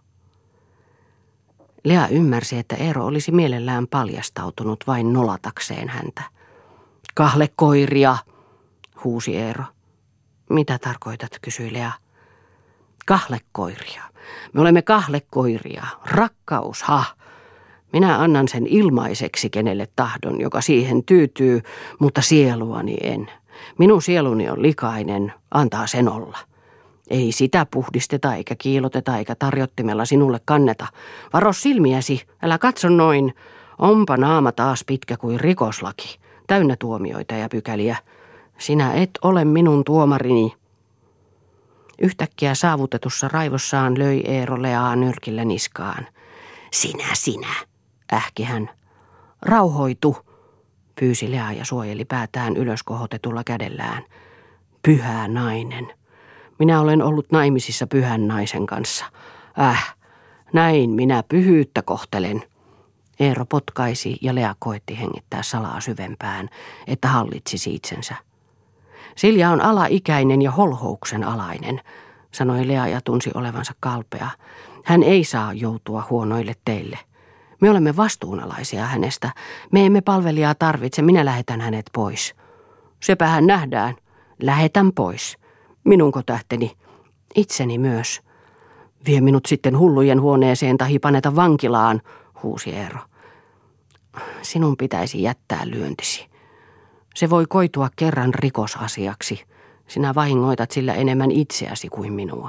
Lea ymmärsi, että Eero olisi mielellään paljastautunut vain nolatakseen häntä. Kahlekoiria, huusi Eero. Mitä tarkoitat, kysyi Lea. Kahlekoiria. Me olemme kahlekoiria. Rakkaus, ha. Minä annan sen ilmaiseksi kenelle tahdon, joka siihen tyytyy, mutta sieluani en. Minun sieluni on likainen, antaa sen olla. Ei sitä puhdisteta eikä kiiloteta eikä tarjottimella sinulle kanneta. Varo silmiäsi, älä katso noin. Onpa naama taas pitkä kuin rikoslaki, täynnä tuomioita ja pykäliä. Sinä et ole minun tuomarini. Yhtäkkiä saavutetussa raivossaan löi Eero Leaa nyrkillä niskaan. Sinä, sinä, ähki hän. Rauhoitu, pyysi Lea ja suojeli päätään ylös kohotetulla kädellään. Pyhä nainen. Minä olen ollut naimisissa pyhän naisen kanssa. Äh, näin minä pyhyyttä kohtelen. Eero potkaisi ja Lea koetti hengittää salaa syvempään, että hallitsisi itsensä. Silja on alaikäinen ja holhouksen alainen, sanoi Lea ja tunsi olevansa kalpea. Hän ei saa joutua huonoille teille. Me olemme vastuunalaisia hänestä. Me emme palvelijaa tarvitse, minä lähetän hänet pois. Sepähän nähdään. Lähetän pois. Minunko tähteni? Itseni myös. Vie minut sitten hullujen huoneeseen tahi paneta vankilaan, huusi Eero. Sinun pitäisi jättää lyöntisi. Se voi koitua kerran rikosasiaksi. Sinä vahingoitat sillä enemmän itseäsi kuin minua.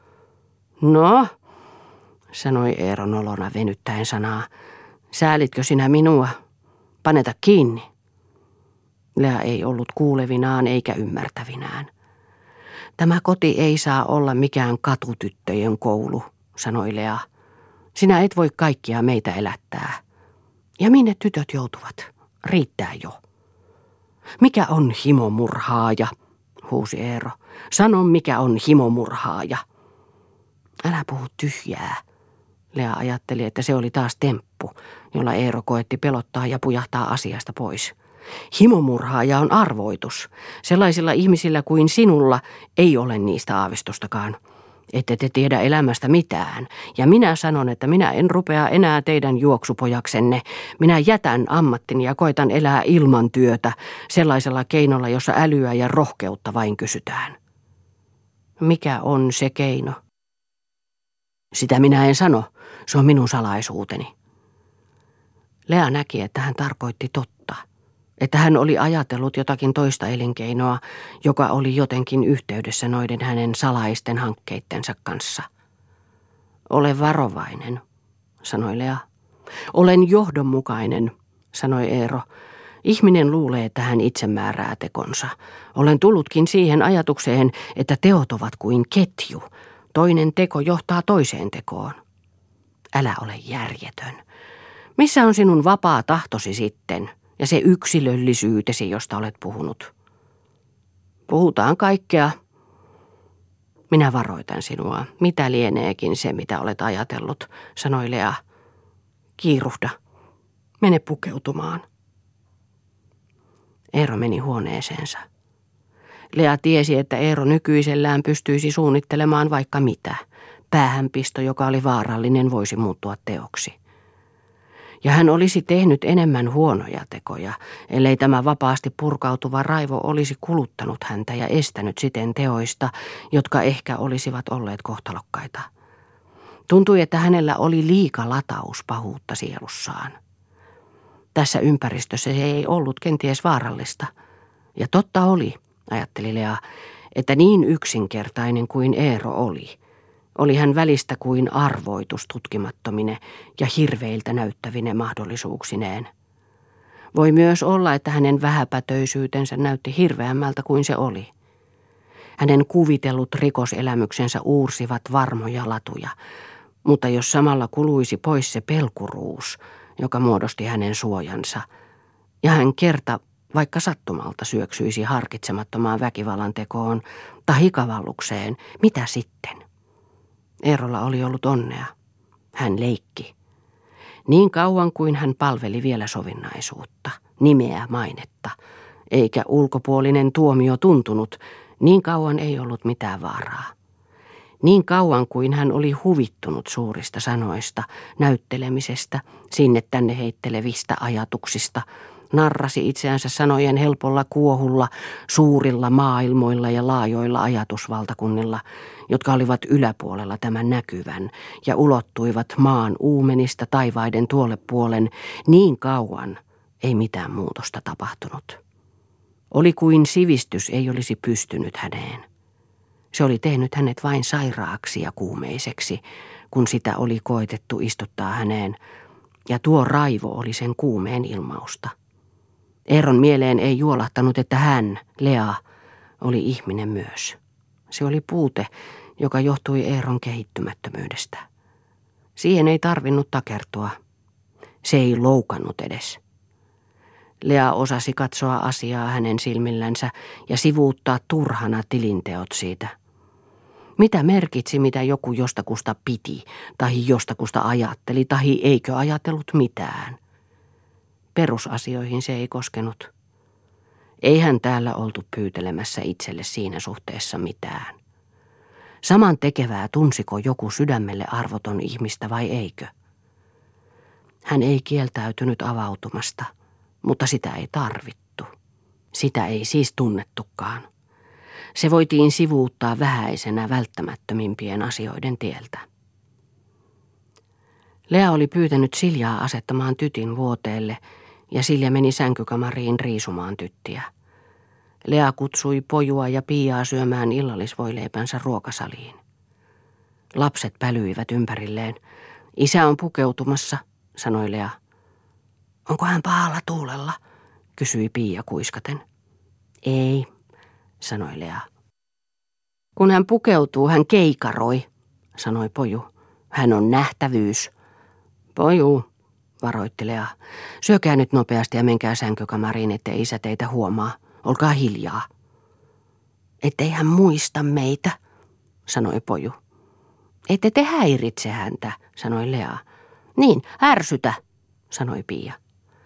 No, sanoi Eero nolona venyttäen sanaa. Säälitkö sinä minua? Paneta kiinni. Lea ei ollut kuulevinaan eikä ymmärtävinään. Tämä koti ei saa olla mikään katutyttöjen koulu, sanoi Lea. Sinä et voi kaikkia meitä elättää. Ja minne tytöt joutuvat? Riittää jo. Mikä on himomurhaaja, huusi Eero. Sano, mikä on himomurhaaja. Älä puhu tyhjää. Lea ajatteli, että se oli taas temppu, jolla Eero koetti pelottaa ja pujahtaa asiasta pois. Himomurhaaja on arvoitus. Sellaisilla ihmisillä kuin sinulla ei ole niistä aavistustakaan. Ette te tiedä elämästä mitään. Ja minä sanon, että minä en rupea enää teidän juoksupojaksenne. Minä jätän ammattini ja koitan elää ilman työtä, sellaisella keinolla, jossa älyä ja rohkeutta vain kysytään. Mikä on se keino? Sitä minä en sano. Se on minun salaisuuteni. Lea näki, että hän tarkoitti totta. Että hän oli ajatellut jotakin toista elinkeinoa, joka oli jotenkin yhteydessä noiden hänen salaisten hankkeittensa kanssa. Ole varovainen, sanoi Lea. Olen johdonmukainen, sanoi Eero. Ihminen luulee, että hän itse määrää tekonsa. Olen tullutkin siihen ajatukseen, että teot ovat kuin ketju. Toinen teko johtaa toiseen tekoon. Älä ole järjetön. Missä on sinun vapaa tahtosi sitten? Ja se yksilöllisyytesi, josta olet puhunut. Puhutaan kaikkea. Minä varoitan sinua. Mitä lieneekin se, mitä olet ajatellut, sanoi Lea. Kiiruhda. Mene pukeutumaan. Eero meni huoneeseensa. Lea tiesi, että Eero nykyisellään pystyisi suunnittelemaan vaikka mitä. Päähänpisto, joka oli vaarallinen, voisi muuttua teoksi. Ja hän olisi tehnyt enemmän huonoja tekoja, ellei tämä vapaasti purkautuva raivo olisi kuluttanut häntä ja estänyt siten teoista, jotka ehkä olisivat olleet kohtalokkaita. Tuntui, että hänellä oli liika lataus pahuutta sielussaan. Tässä ympäristössä se ei ollut kenties vaarallista. Ja totta oli, ajatteli Lea, että niin yksinkertainen kuin Eero oli, oli hän välistä kuin arvoitus tutkimattomine ja hirveiltä näyttävine mahdollisuuksineen. Voi myös olla, että hänen vähäpätöisyytensä näytti hirveämmältä kuin se oli. Hänen kuvitellut rikoselämyksensä uursivat varmoja latuja, mutta jos samalla kuluisi pois se pelkuruus, joka muodosti hänen suojansa, ja hän kerta vaikka sattumalta syöksyisi harkitsemattomaan väkivallan tekoon tai hikavallukseen, mitä sitten? Eerolla oli ollut onnea. Hän leikki. Niin kauan kuin hän palveli vielä sovinnaisuutta, nimeä, mainetta, eikä ulkopuolinen tuomio tuntunut, niin kauan ei ollut mitään vaaraa. Niin kauan kuin hän oli huvittunut suurista sanoista, näyttelemisestä, sinne tänne heittelevistä ajatuksista, narrasi itseänsä sanojen helpolla kuohulla, suurilla maailmoilla ja laajoilla ajatusvaltakunnilla, jotka olivat yläpuolella tämän näkyvän ja ulottuivat maan uumenista taivaiden tuolle puolen, niin kauan ei mitään muutosta tapahtunut. Oli kuin sivistys ei olisi pystynyt häneen. Se oli tehnyt hänet vain sairaaksi ja kuumeiseksi, kun sitä oli koetettu istuttaa häneen, ja tuo raivo oli sen kuumeen ilmausta. Eeron mieleen ei juolahtanut, että hän, Lea, oli ihminen myös. Se oli puute, joka johtui Eeron kehittymättömyydestä. Siihen ei tarvinnut takertua. Se ei loukannut edes. Lea osasi katsoa asiaa hänen silmillänsä ja sivuuttaa turhana tilinteot siitä. Mitä merkitsi, mitä joku jostakusta piti, tai jostakusta ajatteli, tai eikö ajatellut mitään? Perusasioihin se ei koskenut. Eihän täällä oltu pyytelemässä itselle siinä suhteessa mitään. Saman tekevää tunsiko joku sydämelle arvoton ihmistä vai eikö? Hän ei kieltäytynyt avautumasta, mutta sitä ei tarvittu. Sitä ei siis tunnettukaan. Se voitiin sivuuttaa vähäisenä välttämättömimpien asioiden tieltä. Lea oli pyytänyt Siljaa asettamaan tytin vuoteelle, ja Silja meni sänkykamariin riisumaan tyttiä. Lea kutsui pojua ja Piiaa syömään illallisvoileipänsä ruokasaliin. Lapset pälyivät ympärilleen. Isä on pukeutumassa, sanoi Lea. Onko hän pahalla tuulella, kysyi Piia kuiskaten. Ei, sanoi Lea. Kun hän pukeutuu, hän keikaroi, sanoi poju. Hän on nähtävyys. Poju, varoitti Lea. Syökää nyt nopeasti ja menkää sänkykamariin, ettei isä teitä huomaa. Olkaa hiljaa. Ettei hän muista meitä, sanoi poju. Ette te häiritse häntä, sanoi Lea. Niin, ärsytä, sanoi Piia.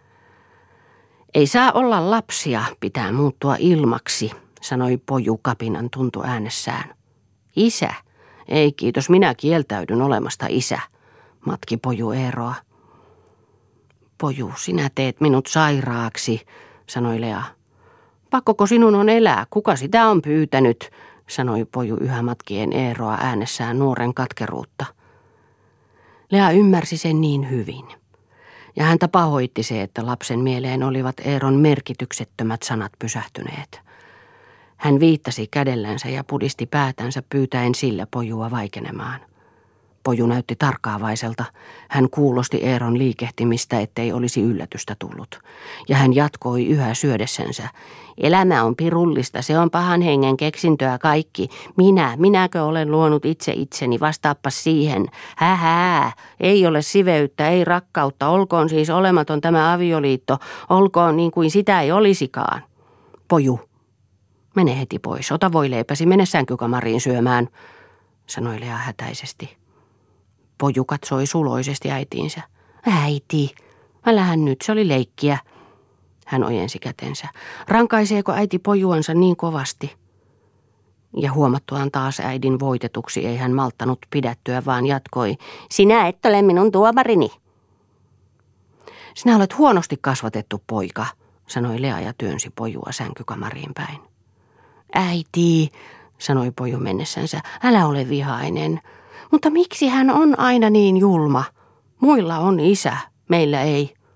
Ei saa olla lapsia, pitää muuttua ilmaksi, sanoi poju kapinan tuntu äänessään. Isä? Ei kiitos, minä kieltäydyn olemasta isä, matki poju Eeroa. Poju, sinä teet minut sairaaksi, sanoi Lea. Pakkoko sinun on elää, kuka sitä on pyytänyt, sanoi poju yhä matkien Eeroa äänessään nuoren katkeruutta. Lea ymmärsi sen niin hyvin. Ja häntä pahoitti se, että lapsen mieleen olivat Eeron merkityksettömät sanat pysähtyneet. Hän viittasi kädellänsä ja pudisti päätänsä pyytäen sillä pojua vaikenemaan. Poju näytti tarkkaavaiselta. Hän kuulosti Eeron liikehtimistä, ettei olisi yllätystä tullut. Ja hän jatkoi yhä syödessänsä. Elämä on pirullista, se on pahan hengen keksintöä kaikki. Minä, minäkö olen luonut itse itseni, vastaappa siihen. Hähää, ei ole siveyttä, ei rakkautta, olkoon siis olematon tämä avioliitto, olkoon niin kuin sitä ei olisikaan. Poju, mene heti pois, ota voileipäsi, mene sänkykamariin syömään, sanoi Lea hätäisesti. Poju katsoi suloisesti äitiinsä. Äiti, älähän nyt, se oli leikkiä. Hän ojensi kätensä. Rankaiseeko äiti pojuansa niin kovasti? Ja huomattuaan taas äidin voitetuksi ei hän malttanut pidättyä, vaan jatkoi. Sinä et ole minun tuomarini. Sinä olet huonosti kasvatettu poika, sanoi Lea ja työnsi pojua sänkykamariin päin. Äiti, sanoi poju mennessänsä, älä ole vihainen. Mutta miksi hän on aina niin julma? Muilla on isä, meillä ei.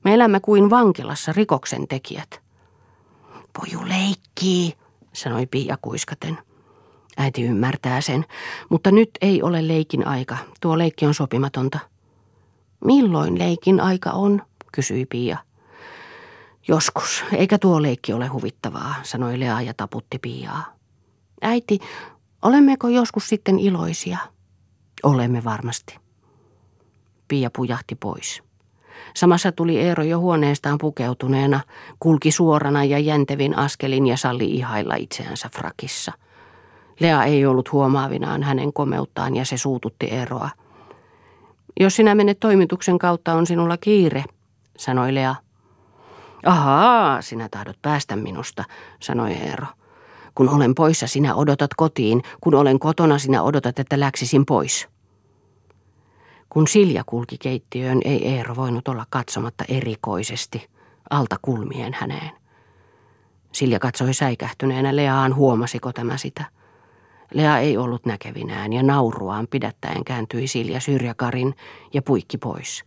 Me elämme kuin vankilassa rikoksen tekijät. Poju leikkii, sanoi Pia kuiskaten. Äiti ymmärtää sen, mutta nyt ei ole leikin aika. Tuo leikki on sopimatonta. Milloin leikin aika on, kysyi Pia. Joskus, eikä tuo leikki ole huvittavaa, sanoi Lea ja taputti Piaa. Äiti, olemmeko joskus sitten iloisia? Olemme varmasti. Pia pujahti pois. Samassa tuli Eero jo huoneestaan pukeutuneena, kulki suorana ja jäntevin askelin ja salli ihailla itseänsä frakissa. Lea ei ollut huomaavinaan hänen komeuttaan ja se suututti Eeroa. Jos sinä menet toimituksen kautta, on sinulla kiire, sanoi Lea. Ahaa, sinä tahdot päästä minusta, sanoi Eero. Kun olen poissa, sinä odotat kotiin. Kun olen kotona, sinä odotat, että läksisin pois. Kun Silja kulki keittiöön, ei Eero voinut olla katsomatta erikoisesti alta kulmien häneen. Silja katsoi säikähtyneenä Leaan, huomasiko tämä sitä. Lea ei ollut näkevinään ja nauruaan pidättäen kääntyi Silja syrjäkarin ja puikki pois.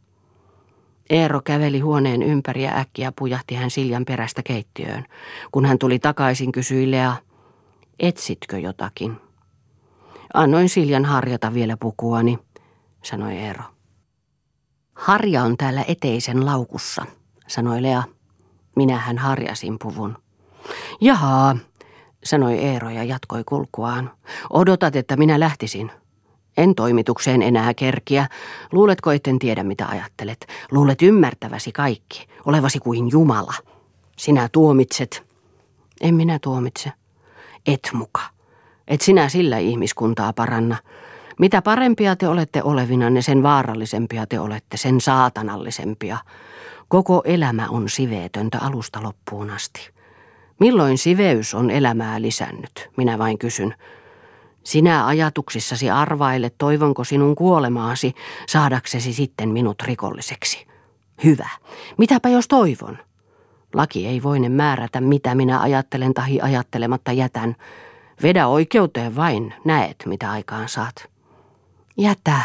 Eero käveli huoneen ympäri ja äkkiä pujahti hän Siljan perästä keittiöön. Kun hän tuli takaisin, kysyi Lea, etsitkö jotakin? Annoin Siljan harjata vielä pukuani, sanoi Eero. Harja on täällä eteisen laukussa, sanoi Lea. Minähän harjasin puvun. Jahaa, sanoi Eero ja jatkoi kulkuaan. Odotat, että minä lähtisin. En toimitukseen enää kerkiä. Luuletko, etten tiedä, mitä ajattelet? Luulet ymmärtäväsi kaikki, olevasi kuin Jumala. Sinä tuomitset. En minä tuomitse. Et muka. Et sinä sillä ihmiskuntaa paranna. Mitä parempia te olette olevinanne, sen vaarallisempia te olette, sen saatanallisempia. Koko elämä on siveetöntä alusta loppuun asti. Milloin siveys on elämää lisännyt? Minä vain kysyn. Sinä ajatuksissasi arvailet, toivonko sinun kuolemaasi, saadaksesi sitten minut rikolliseksi. Hyvä. Mitäpä jos toivon? Laki ei voine määrätä, mitä minä ajattelen tahi ajattelematta jätän. Vedä oikeuteen vain, näet mitä aikaan saat. Jätä.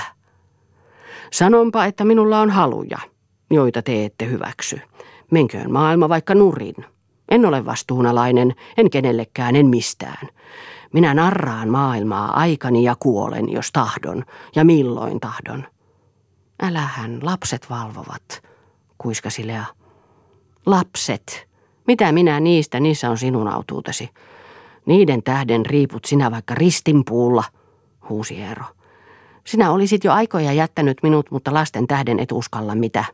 Sanonpa, että minulla on haluja, joita te ette hyväksy. Menköön maailma vaikka nurin. En ole vastuunalainen, en kenellekään, en mistään. Minä narraan maailmaa aikani ja kuolen, jos tahdon, ja milloin tahdon. Älähän, lapset valvovat, kuiskasi Lea. Lapset, mitä minä niistä, niissä on sinun autuutesi. Niiden tähden riiput sinä vaikka ristinpuulla, huusi Eero. Sinä olisit jo aikoja jättänyt minut, mutta lasten tähden et uskalla mitä.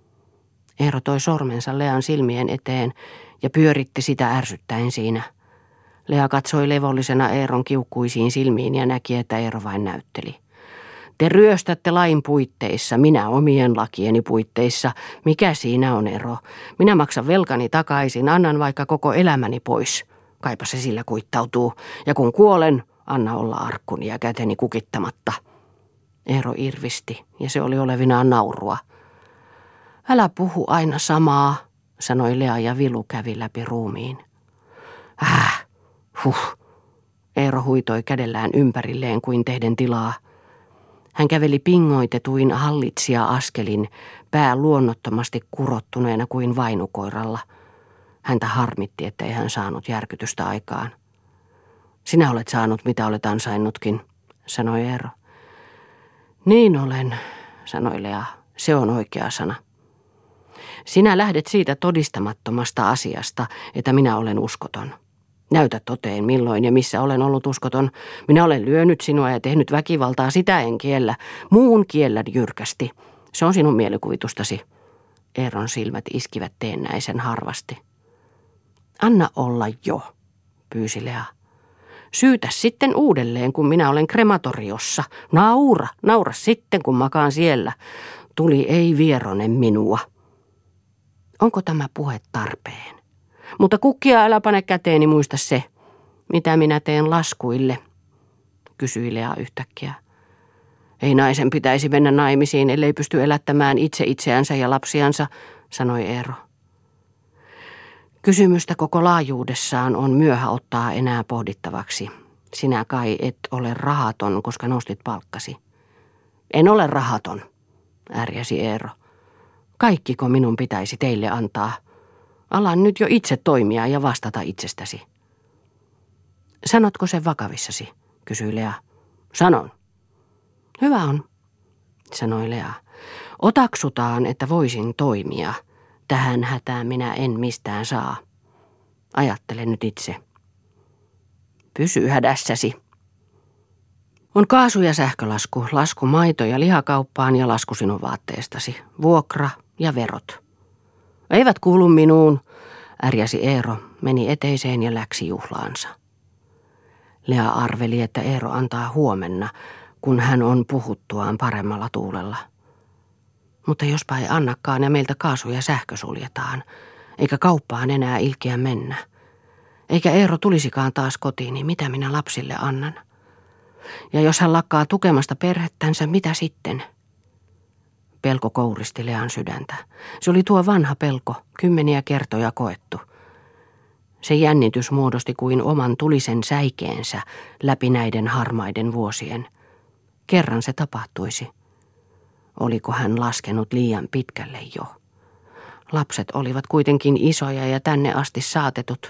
Eero toi sormensa Lean silmien eteen ja pyöritti sitä ärsyttäen siinä. Lea katsoi levollisena Eeron kiukkuisiin silmiin ja näki, että Eero vain näytteli. Te ryöstätte lain puitteissa, minä omien lakieni puitteissa. Mikä siinä on ero? Minä maksan velkani takaisin, annan vaikka koko elämäni pois. Kaipa se sillä kuittautuu. Ja kun kuolen, anna olla arkkuni ja käteni kukittamatta. Eero irvisti ja se oli olevinaan naurua. Älä puhu aina samaa, sanoi Lea ja vilu kävi läpi ruumiin. Äh, huh. Eero huitoi kädellään ympärilleen kuin tehden tilaa. Hän käveli pingoitetuin hallitsija askelin, pää luonnottomasti kurottuneena kuin vainukoiralla. Häntä harmitti, ettei hän saanut järkytystä aikaan. Sinä olet saanut, mitä olet ansainnutkin, sanoi Eero. Niin olen, sanoi Lea. Se on oikea sana. Sinä lähdet siitä todistamattomasta asiasta, että minä olen uskoton. Näytä toteen, milloin ja missä olen ollut uskoton. Minä olen lyönyt sinua ja tehnyt väkivaltaa, sitä en kiellä. Muun kiellän jyrkästi. Se on sinun mielikuvitustasi. Eeron silmät iskivät teennäisen harvasti. Anna olla jo, pyysi Lea. Syytä sitten uudelleen, kun minä olen krematoriossa. Naura, naura sitten, kun makaan siellä. Tuli ei vieronen minua. Onko tämä puhe tarpeen? Mutta kukkia älä pane käteeni, muista se. Mitä minä teen laskuille? Kysyi Lea yhtäkkiä. Ei naisen pitäisi mennä naimisiin, ellei pysty elättämään itse itseänsä ja lapsiansa, sanoi Eero. Kysymystä koko laajuudessaan on myöhä ottaa enää pohdittavaksi. Sinä kai et ole rahaton, koska nostit palkkasi. En ole rahaton, ärjäsi Eero. Kaikkiko minun pitäisi teille antaa? Alan nyt jo itse toimia ja vastata itsestäsi. Sanotko sen vakavissasi, kysyi Lea. Sanon. Hyvä on, sanoi Lea. Otaksutaan, että voisin toimia. Tähän hätään minä en mistään saa. Ajattele nyt itse. Pysy hädässäsi. On kaasu- ja sähkölasku, lasku maito- ja lihakauppaan ja lasku sinun vaatteestasi, vuokra ja verot. Eivät kuulu minuun, ärjäsi Eero, meni eteiseen ja läksi juhlaansa. Lea arveli, että Eero antaa huomenna, kun hän on puhuttuaan paremmalla tuulella. Mutta jospa ei annakaan ja meiltä kaasu ja sähkö suljetaan, eikä kauppaan enää ilkeä mennä. Eikä Eero tulisikaan taas kotiin, niin mitä minä lapsille annan? Ja jos hän lakkaa tukemasta perhettänsä, mitä sitten? Pelko kouristi Lean sydäntä. Se oli tuo vanha pelko, kymmeniä kertoja koettu. Se jännitys muodosti kuin oman tulisen säikeensä läpi näiden harmaiden vuosien. Kerran se tapahtuisi. Oliko hän laskenut liian pitkälle jo? Lapset olivat kuitenkin isoja ja tänne asti saatetut.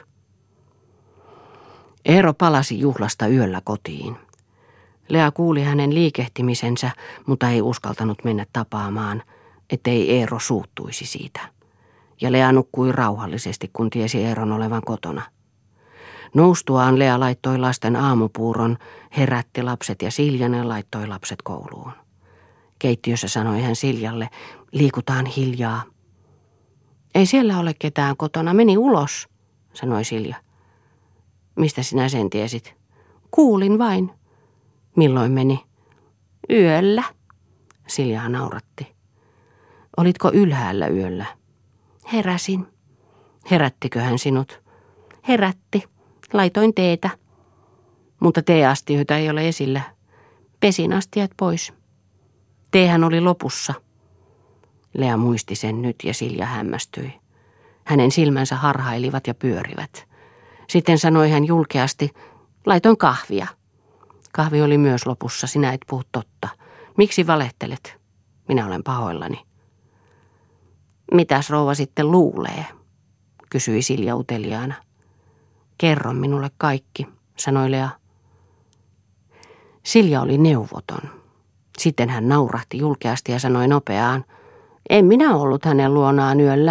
Eero palasi juhlasta yöllä kotiin. Lea kuuli hänen liikehtimisensä, mutta ei uskaltanut mennä tapaamaan, ettei Eero suuttuisi siitä. Ja Lea nukkui rauhallisesti, kun tiesi Eeron olevan kotona. Noustuaan Lea laittoi lasten aamupuuron, herätti lapset ja Siljanen laittoi lapset kouluun. Keittiössä sanoi hän Siljalle, liikutaan hiljaa. Ei siellä ole ketään kotona, meni ulos, sanoi Silja. Mistä sinä sen tiesit? Kuulin vain. Milloin meni? Yöllä, Silja nauratti. Olitko ylhäällä yöllä? Heräsin. Herättikö hän sinut? Herätti. Laitoin teetä. Mutta teeastioita ei ole esillä. Pesin astiat pois. Teehän oli lopussa. Lea muisti sen nyt ja Silja hämmästyi. Hänen silmänsä harhailivat ja pyörivät. Sitten sanoi hän julkeasti, laitoin kahvia. Kahvi oli myös lopussa, sinä et puhu totta. Miksi valehtelet? Minä olen pahoillani. Mitäs rouva sitten luulee? Kysyi Silja uteliaana. Kerro minulle kaikki, sanoi Lea. Silja oli neuvoton. Sitten hän naurahti julkeasti ja sanoi nopeaan, en minä ollut hänen luonaan yöllä.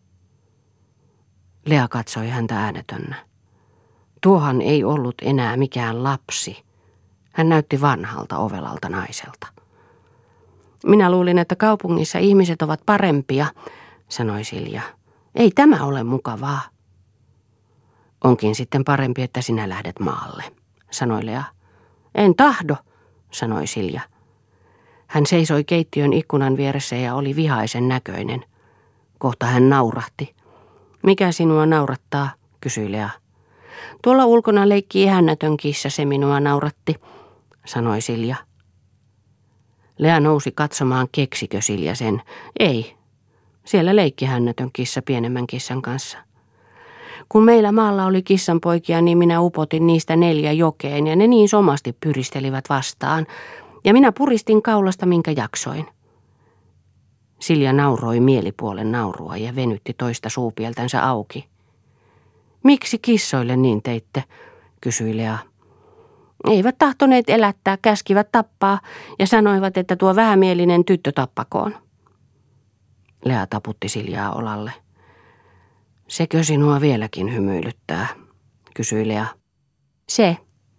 Lea katsoi häntä äänetönnä. Tuohan ei ollut enää mikään lapsi. Hän näytti vanhalta ovelalta naiselta. Minä luulin, että kaupungissa ihmiset ovat parempia, sanoi Silja. Ei tämä ole mukavaa. Onkin sitten parempi, että sinä lähdet maalle, sanoi Lea. En tahdo, sanoi Silja. Hän seisoi keittiön ikkunan vieressä ja oli vihaisen näköinen. Kohta hän naurahti. Mikä sinua naurattaa, kysyi Lea. Tuolla ulkona leikkii hännätön kissa, se minua nauratti, sanoi Silja. Lea nousi katsomaan, keksikö Silja sen. Ei, siellä leikki hännätön kissa pienemmän kissan kanssa. Kun meillä maalla oli kissanpoikia, niin minä upotin niistä neljä jokeen ja ne niin somasti pyristelivät vastaan. Ja minä puristin kaulasta, minkä jaksoin. Silja nauroi mielipuolen naurua ja venytti toista suupieltänsä auki. Miksi kissoille niin teitte, kysyi Lea. Eivät tahtoneet elättää, käskivät tappaa ja sanoivat, että tuo vähämielinen tyttö tappakoon. Lea taputti Siljaa olalle. Sekö sinua vieläkin hymyilyttää, kysyi Lea. Se.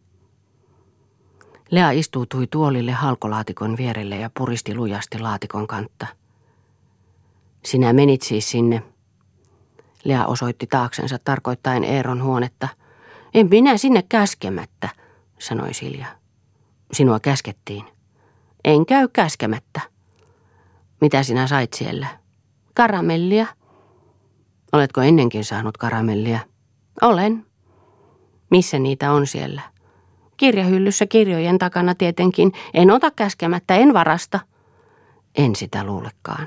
Lea istuutui tuolille halkolaatikon vierelle ja puristi lujasti laatikon kantta. Sinä menit siis sinne. Lea osoitti taaksensa tarkoittaen Eeron huonetta. En minä sinne käskemättä, sanoi Silja. Sinua käskettiin. En käy käskemättä. Mitä sinä sait siellä? Karamellia. Oletko ennenkin saanut karamellia? Olen. Missä niitä on siellä? Kirjahyllyssä kirjojen takana tietenkin. En ota käskemättä, en varasta. En sitä luulekaan.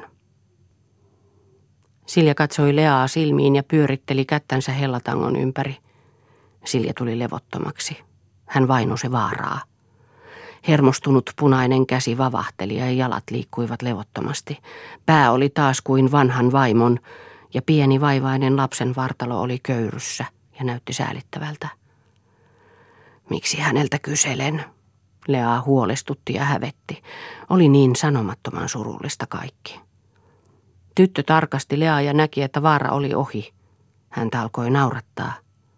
Silja katsoi Leaa silmiin ja pyöritteli kättänsä hellatangon ympäri. Silja tuli levottomaksi. Hän vainusi vaaraa. Hermostunut punainen käsi vavahteli ja jalat liikkuivat levottomasti. Pää oli taas kuin vanhan vaimon ja pieni vaivainen lapsen vartalo oli köyryssä ja näytti säälittävältä. Miksi häneltä kyselen? Leaa huolestutti ja hävetti. Oli niin sanomattoman surullista kaikki. Tyttö tarkasti Leaa ja näki, että vaara oli ohi. Häntä alkoi naurattaa.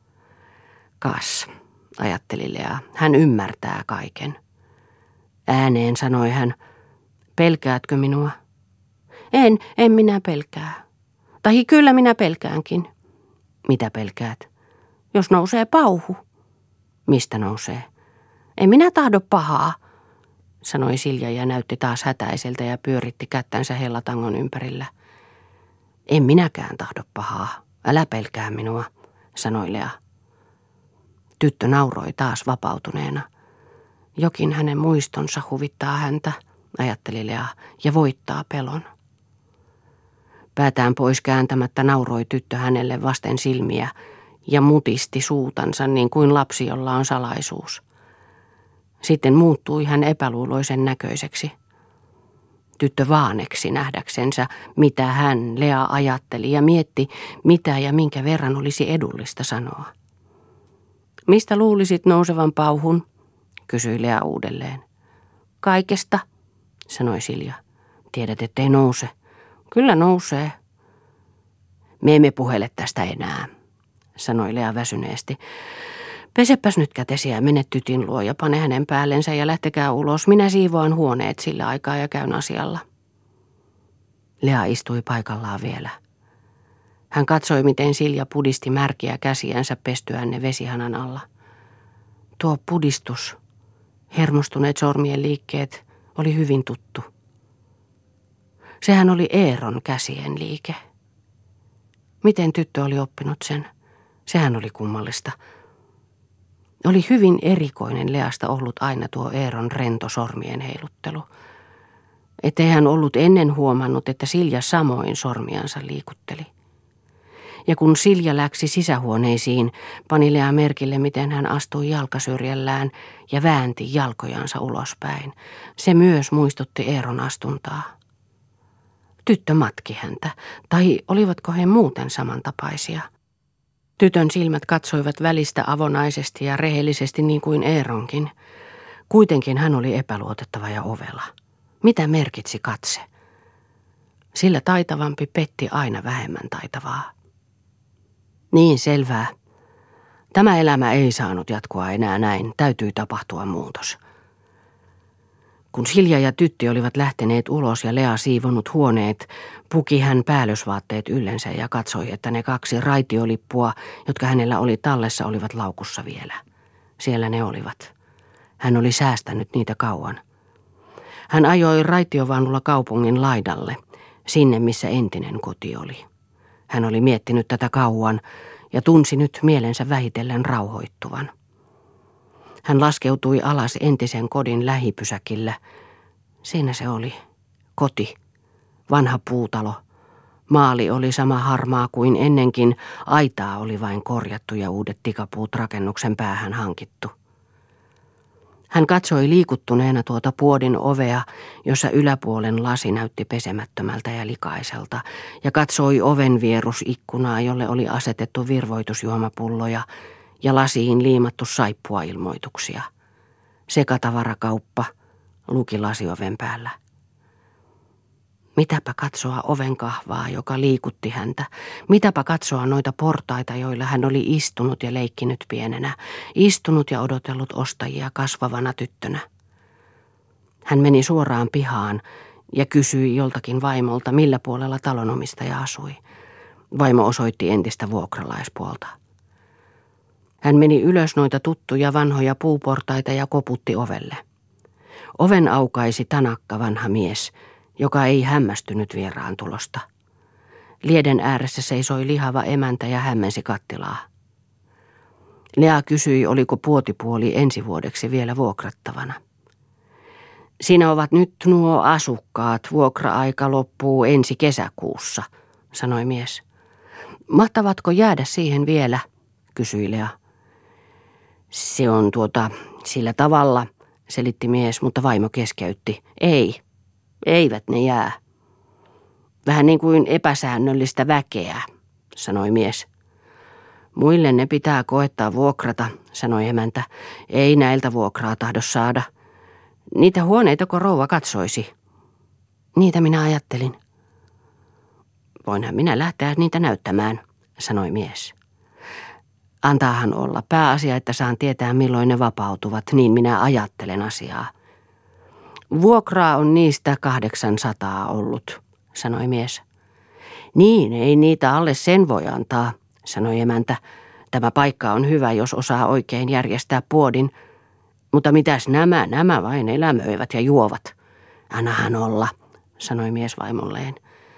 Kas, ajatteli Lea, hän ymmärtää kaiken. Ääneen sanoi hän, pelkäätkö minua? En, en minä pelkää. Tai kyllä minä pelkäänkin. Mitä pelkäät? Jos nousee pauhu. Mistä nousee? En minä tahdo pahaa, sanoi Silja ja näytti taas hätäiseltä ja pyöritti kättänsä hellatangon ympärillä. En minäkään tahdo pahaa, älä pelkää minua, sanoi Lea. Tyttö nauroi taas vapautuneena. Jokin hänen muistonsa huvittaa häntä, ajatteli Lea, ja voittaa pelon. Päätään pois kääntämättä nauroi tyttö hänelle vasten silmiä ja mutisti suutansa niin kuin lapsi, jolla on salaisuus. Sitten muuttui hän epäluuloisen näköiseksi. Tyttö vaaneksi nähdäksensä, mitä hän, Lea, ajatteli ja mietti, mitä ja minkä verran olisi edullista sanoa. Mistä luulisit nousevan pauhun? Kysyi Lea uudelleen. Kaikesta, sanoi Silja. Tiedät, ettei nouse. Kyllä nousee. Me emme puhele tästä enää, sanoi Lea väsyneesti. Pesepäs nyt kätesi ja mene tytin luo ja pane hänen päällensä ja lähtekää ulos. Minä siivoan huoneet sillä aikaa ja käyn asialla. Lea istui paikallaan vielä. Hän katsoi, miten Silja pudisti märkiä käsiänsä pestyään ne vesihanan alla. Tuo pudistus, hermostuneet sormien liikkeet, oli hyvin tuttu. Sehän oli Eeron käsien liike. Miten tyttö oli oppinut sen? Sehän oli kummallista. Oli hyvin erikoinen Leasta ollut aina tuo Eeron rento sormien heiluttelu. Ettei hän ollut ennen huomannut, että Silja samoin sormiansa liikutteli. Ja kun Silja läksi sisähuoneisiin, pani Lea merkille, miten hän astui jalkasyrjällään ja väänti jalkojansa ulospäin. Se myös muistutti Eeron astuntaa. Tyttö matki häntä, tai olivatko he muuten samantapaisia? Tytön silmät katsoivat välistä avonaisesti ja rehellisesti niin kuin Eeronkin. Kuitenkin hän oli epäluotettava ja ovela. Mitä merkitsi katse? Sillä taitavampi petti aina vähemmän taitavaa. Niin, selvää. Tämä elämä ei saanut jatkua enää näin. Täytyi tapahtua muutos. Kun Silja ja tyttö olivat lähteneet ulos ja Lea siivonut huoneet, puki hän päällysvaatteet yllensä ja katsoi, että ne kaksi raitiolippua, jotka hänellä oli tallessa, olivat laukussa vielä. Siellä ne olivat. Hän oli säästänyt niitä kauan. Hän ajoi raitiovaunulla kaupungin laidalle, sinne missä entinen koti oli. Hän oli miettinyt tätä kauan ja tunsi nyt mielensä vähitellen rauhoittuvan. Hän laskeutui alas entisen kodin lähipysäkillä. Siinä se oli. Koti. Vanha puutalo. Maali oli sama harmaa kuin ennenkin. Aitaa oli vain korjattu ja uudet tikapuut rakennuksen päähän hankittu. Hän katsoi liikuttuneena tuota puodin ovea, jossa yläpuolen lasi näytti pesemättömältä ja likaiselta, ja katsoi oven vierusikkunaa, jolle oli asetettu virvoitusjuomapulloja ja lasiin liimattu saippuailmoituksia. Sekatavarakauppa luki lasioven päällä. Mitäpä katsoa oven kahvaa, joka liikutti häntä. Mitäpä katsoa noita portaita, joilla hän oli istunut ja leikkinyt pienenä. Istunut ja odotellut ostajia kasvavana tyttönä. Hän meni suoraan pihaan ja kysyi joltakin vaimolta, millä puolella talonomistaja asui. Vaimo osoitti entistä vuokralaispuolta. Hän meni ylös noita tuttuja vanhoja puuportaita ja koputti ovelle. Oven aukaisi tanakka vanha mies, joka ei hämmästynyt vieraan tulosta. Lieden ääressä seisoi lihava emäntä ja hämmensi kattilaa. Lea kysyi, oliko puotipuoli ensi vuodeksi vielä vuokrattavana. Siinä ovat nyt nuo asukkaat, vuokra-aika loppuu ensi kesäkuussa, sanoi mies. Mahtavatko jäädä siihen vielä, kysyi Lea. Se on tuota sillä tavalla, selitti mies, mutta vaimo keskeytti. Ei, eivät ne jää. Vähän niin kuin epäsäännöllistä väkeä, sanoi mies. Muille ne pitää koettaa vuokrata, sanoi emäntä. Ei näiltä vuokraa tahdo saada. Niitä huoneitako rouva katsoisi? Niitä minä ajattelin. Voinhan minä lähteä niitä näyttämään, sanoi mies. Antaahan olla. Pääasia, että saan tietää milloin ne vapautuvat, niin minä ajattelen asiaa. Vuokraa on niistä kahdeksansataa ollut, sanoi mies. Niin, ei niitä alle sen voi antaa, sanoi emäntä. Tämä paikka on hyvä, jos osaa oikein järjestää puodin. Mutta mitäs nämä, nämä vain elämöivät ja juovat. Annahan olla, sanoi mies vaimolleen.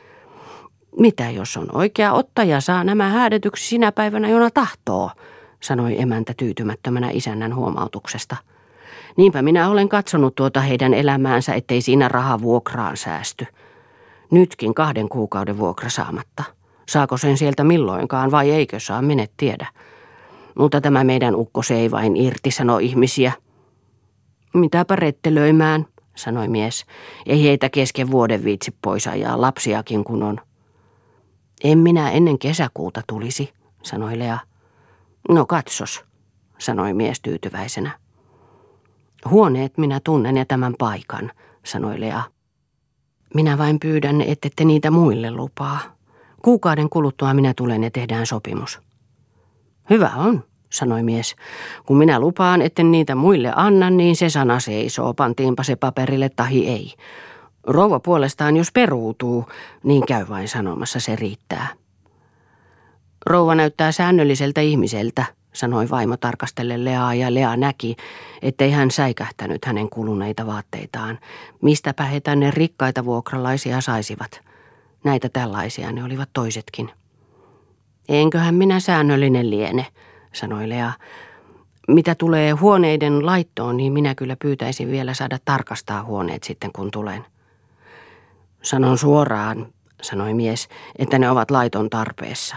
Mitä jos on oikea ottaja, saa nämä häädetyksi sinä päivänä, jona tahtoo, sanoi emäntä tyytymättömänä isännän huomautuksesta. Niinpä minä olen katsonut tuota heidän elämäänsä, ettei siinä raha vuokraan säästy. Nytkin kahden kuukauden vuokra saamatta. Saako sen sieltä milloinkaan vai eikö saa, mene tiedä. Mutta tämä meidän ukko se ei vain irtisano ihmisiä. Mitäpä rettelöimään, sanoi mies. Ei heitä kesken vuoden viitsi pois ajaa, lapsiakin kun on. En minä ennen kesäkuuta tulisi, sanoi Lea. No katsos, sanoi mies tyytyväisenä. Huoneet minä tunnen ja tämän paikan, sanoi Lea. Minä vain pyydän, ettette niitä muille lupaa. Kuukauden kuluttua minä tulen ja tehdään sopimus. Hyvä on, sanoi mies. Kun minä lupaan, etten niitä muille anna, niin se sana seisoo, pantiinpa se paperille tahi ei. Rouva puolestaan, jos peruutuu, niin käy vain sanomassa, se riittää. Rouva näyttää säännölliseltä ihmiseltä, sanoi vaimo tarkastellen Leaa, ja Lea näki, ettei hän säikähtänyt hänen kuluneita vaatteitaan. Mistäpä he tänne rikkaita vuokralaisia saisivat? Näitä tällaisia ne olivat toisetkin. Enköhän minä säännöllinen liene, sanoi Lea. Mitä tulee huoneiden laittoon, niin minä kyllä pyytäisin vielä saada tarkastaa huoneet sitten, kun tulen. Sanon suoraan, sanoi mies, että ne ovat laiton tarpeessa.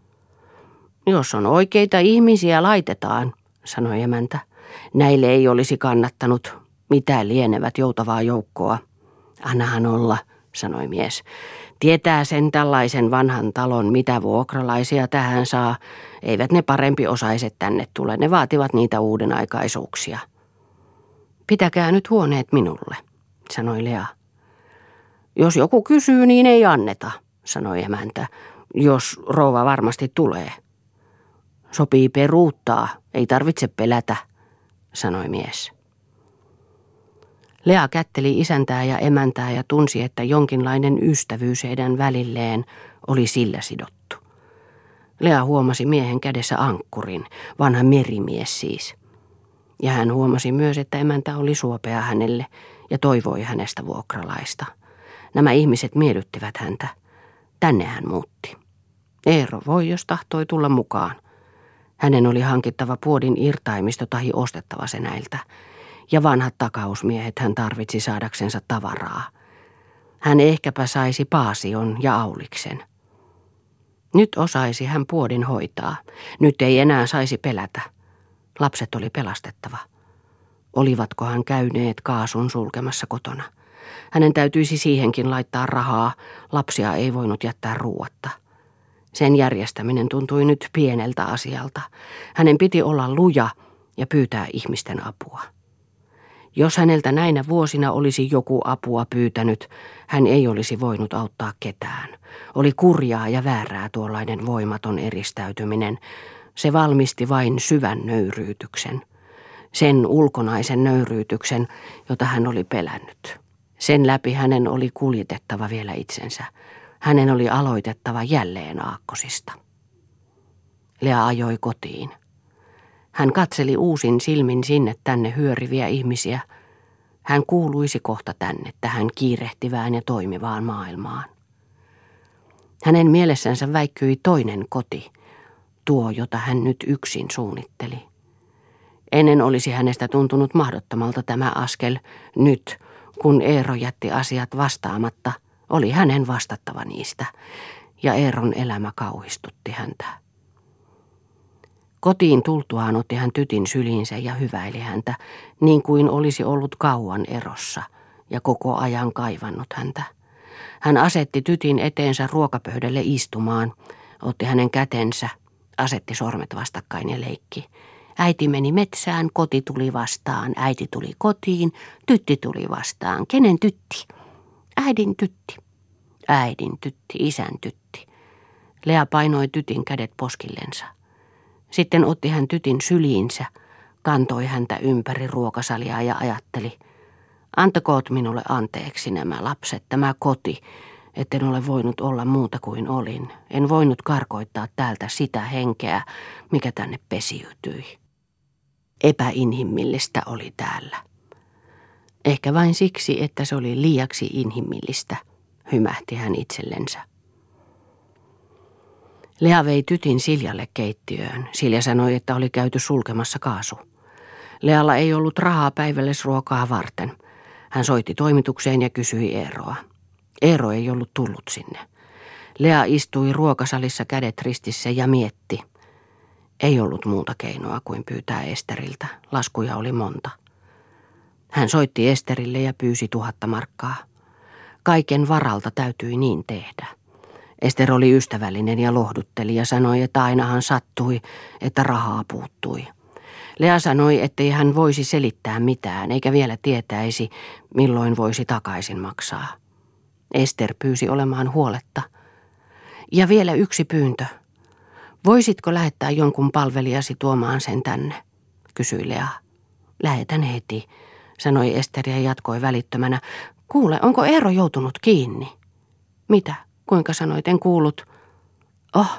Jos on oikeita ihmisiä, laitetaan, sanoi emäntä. Näille ei olisi kannattanut, mitä lienevät joutavaa joukkoa. Annahan olla, sanoi mies. Tietää sen tällaisen vanhan talon, mitä vuokralaisia tähän saa. Eivät ne parempi osaiset tänne tule, ne vaativat niitä uudenaikaisuuksia. Pitäkää nyt huoneet minulle, sanoi Lea. Jos joku kysyy, niin ei anneta, sanoi emäntä, jos rouva varmasti tulee. Sopii peruuttaa, ei tarvitse pelätä, sanoi mies. Lea kätteli isäntää ja emäntää ja tunsi, että jonkinlainen ystävyys heidän välilleen oli sillä sidottu. Lea huomasi miehen kädessä ankkurin, vanha merimies siis. Ja hän huomasi myös, että emäntä oli suopea hänelle ja toivoi hänestä vuokralaista. Nämä ihmiset miellyttivät häntä. Tänne hän muutti. Eero voi, jos tahtoi tulla mukaan. Hänen oli hankittava puodin irtaimisto tahi ostettava se näiltä. Ja vanhat takausmiehet hän tarvitsi saadaksensa tavaraa. Hän ehkäpä saisi paasion ja auliksen. Nyt osaisi hän puodin hoitaa. Nyt ei enää saisi pelätä. Lapset oli pelastettava. Olivatkohan käyneet kaasun sulkemassa kotona? Hänen täytyisi siihenkin laittaa rahaa. Lapsia ei voinut jättää ruuatta. Sen järjestäminen tuntui nyt pieneltä asialta. Hänen piti olla luja ja pyytää ihmisten apua. Jos häneltä näinä vuosina olisi joku apua pyytänyt, hän ei olisi voinut auttaa ketään. Oli kurjaa ja väärää tuollainen voimaton eristäytyminen. Se valmisti vain syvän nöyryytyksen. Sen ulkonaisen nöyryytyksen, jota hän oli pelännyt. Sen läpi hänen oli kuljetettava vielä itsensä. Hänen oli aloitettava jälleen aakkosista. Lea ajoi kotiin. Hän katseli uusin silmin sinne tänne hyöriviä ihmisiä. Hän kuuluisi kohta tänne, tähän kiirehtivään ja toimivaan maailmaan. Hänen mielessänsä väikkyi toinen koti, tuo, jota hän nyt yksin suunnitteli. Ennen olisi hänestä tuntunut mahdottomalta tämä askel. Nyt, kun Eero jätti asiat vastaamatta, oli hänen vastattava niistä, ja Eeron elämä kauhistutti häntä. Kotiin tultuaan otti hän tytin syliinsä ja hyväili häntä, niin kuin olisi ollut kauan erossa ja koko ajan kaivannut häntä. Hän asetti tytin eteensä ruokapöydälle istumaan, otti hänen kätensä, asetti sormet vastakkain ja leikki. Äiti meni metsään, koti tuli vastaan, äiti tuli kotiin, tytti tuli vastaan. Kenen tytti? Äidin tytti. Äidin tytti, isän tytti. Lea painoi tytin kädet poskillensa. Sitten otti hän tytin syliinsä, kantoi häntä ympäri ruokasalia ja ajatteli, antakoot minulle anteeksi nämä lapset, tämä koti, etten ole voinut olla muuta kuin olin. En voinut karkoittaa täältä sitä henkeä, mikä tänne pesiytyi. Epäinhimillistä oli täällä. Ehkä vain siksi, että se oli liiaksi inhimillistä, hymähti hän itsellensä. Lea vei tytin Siljalle keittiöön. Silja sanoi, että oli käyty sulkemassa kaasu. Lealla ei ollut rahaa päivällesruokaa varten. Hän soitti toimitukseen ja kysyi Eeroa. Eero ei ollut tullut sinne. Lea istui ruokasalissa kädet ristissä ja mietti. Ei ollut muuta keinoa kuin pyytää Esteriltä. Laskuja oli monta. Hän soitti Esterille ja pyysi tuhatta markkaa. Kaiken varalta täytyi niin tehdä. Ester oli ystävällinen ja lohdutteli ja sanoi, että ainahan sattui, että rahaa puuttui. Lea sanoi, ettei hän voisi selittää mitään, eikä vielä tietäisi, milloin voisi takaisin maksaa. Ester pyysi olemaan huoletta. Ja vielä yksi pyyntö. Voisitko lähettää jonkun palvelijasi tuomaan sen tänne? Kysyi Lea. Lähetän heti, sanoi Ester ja jatkoi välittömänä. Kuule, onko Eero joutunut kiinni? Mitä? Kuinka sanoit, en kuullut. Oh,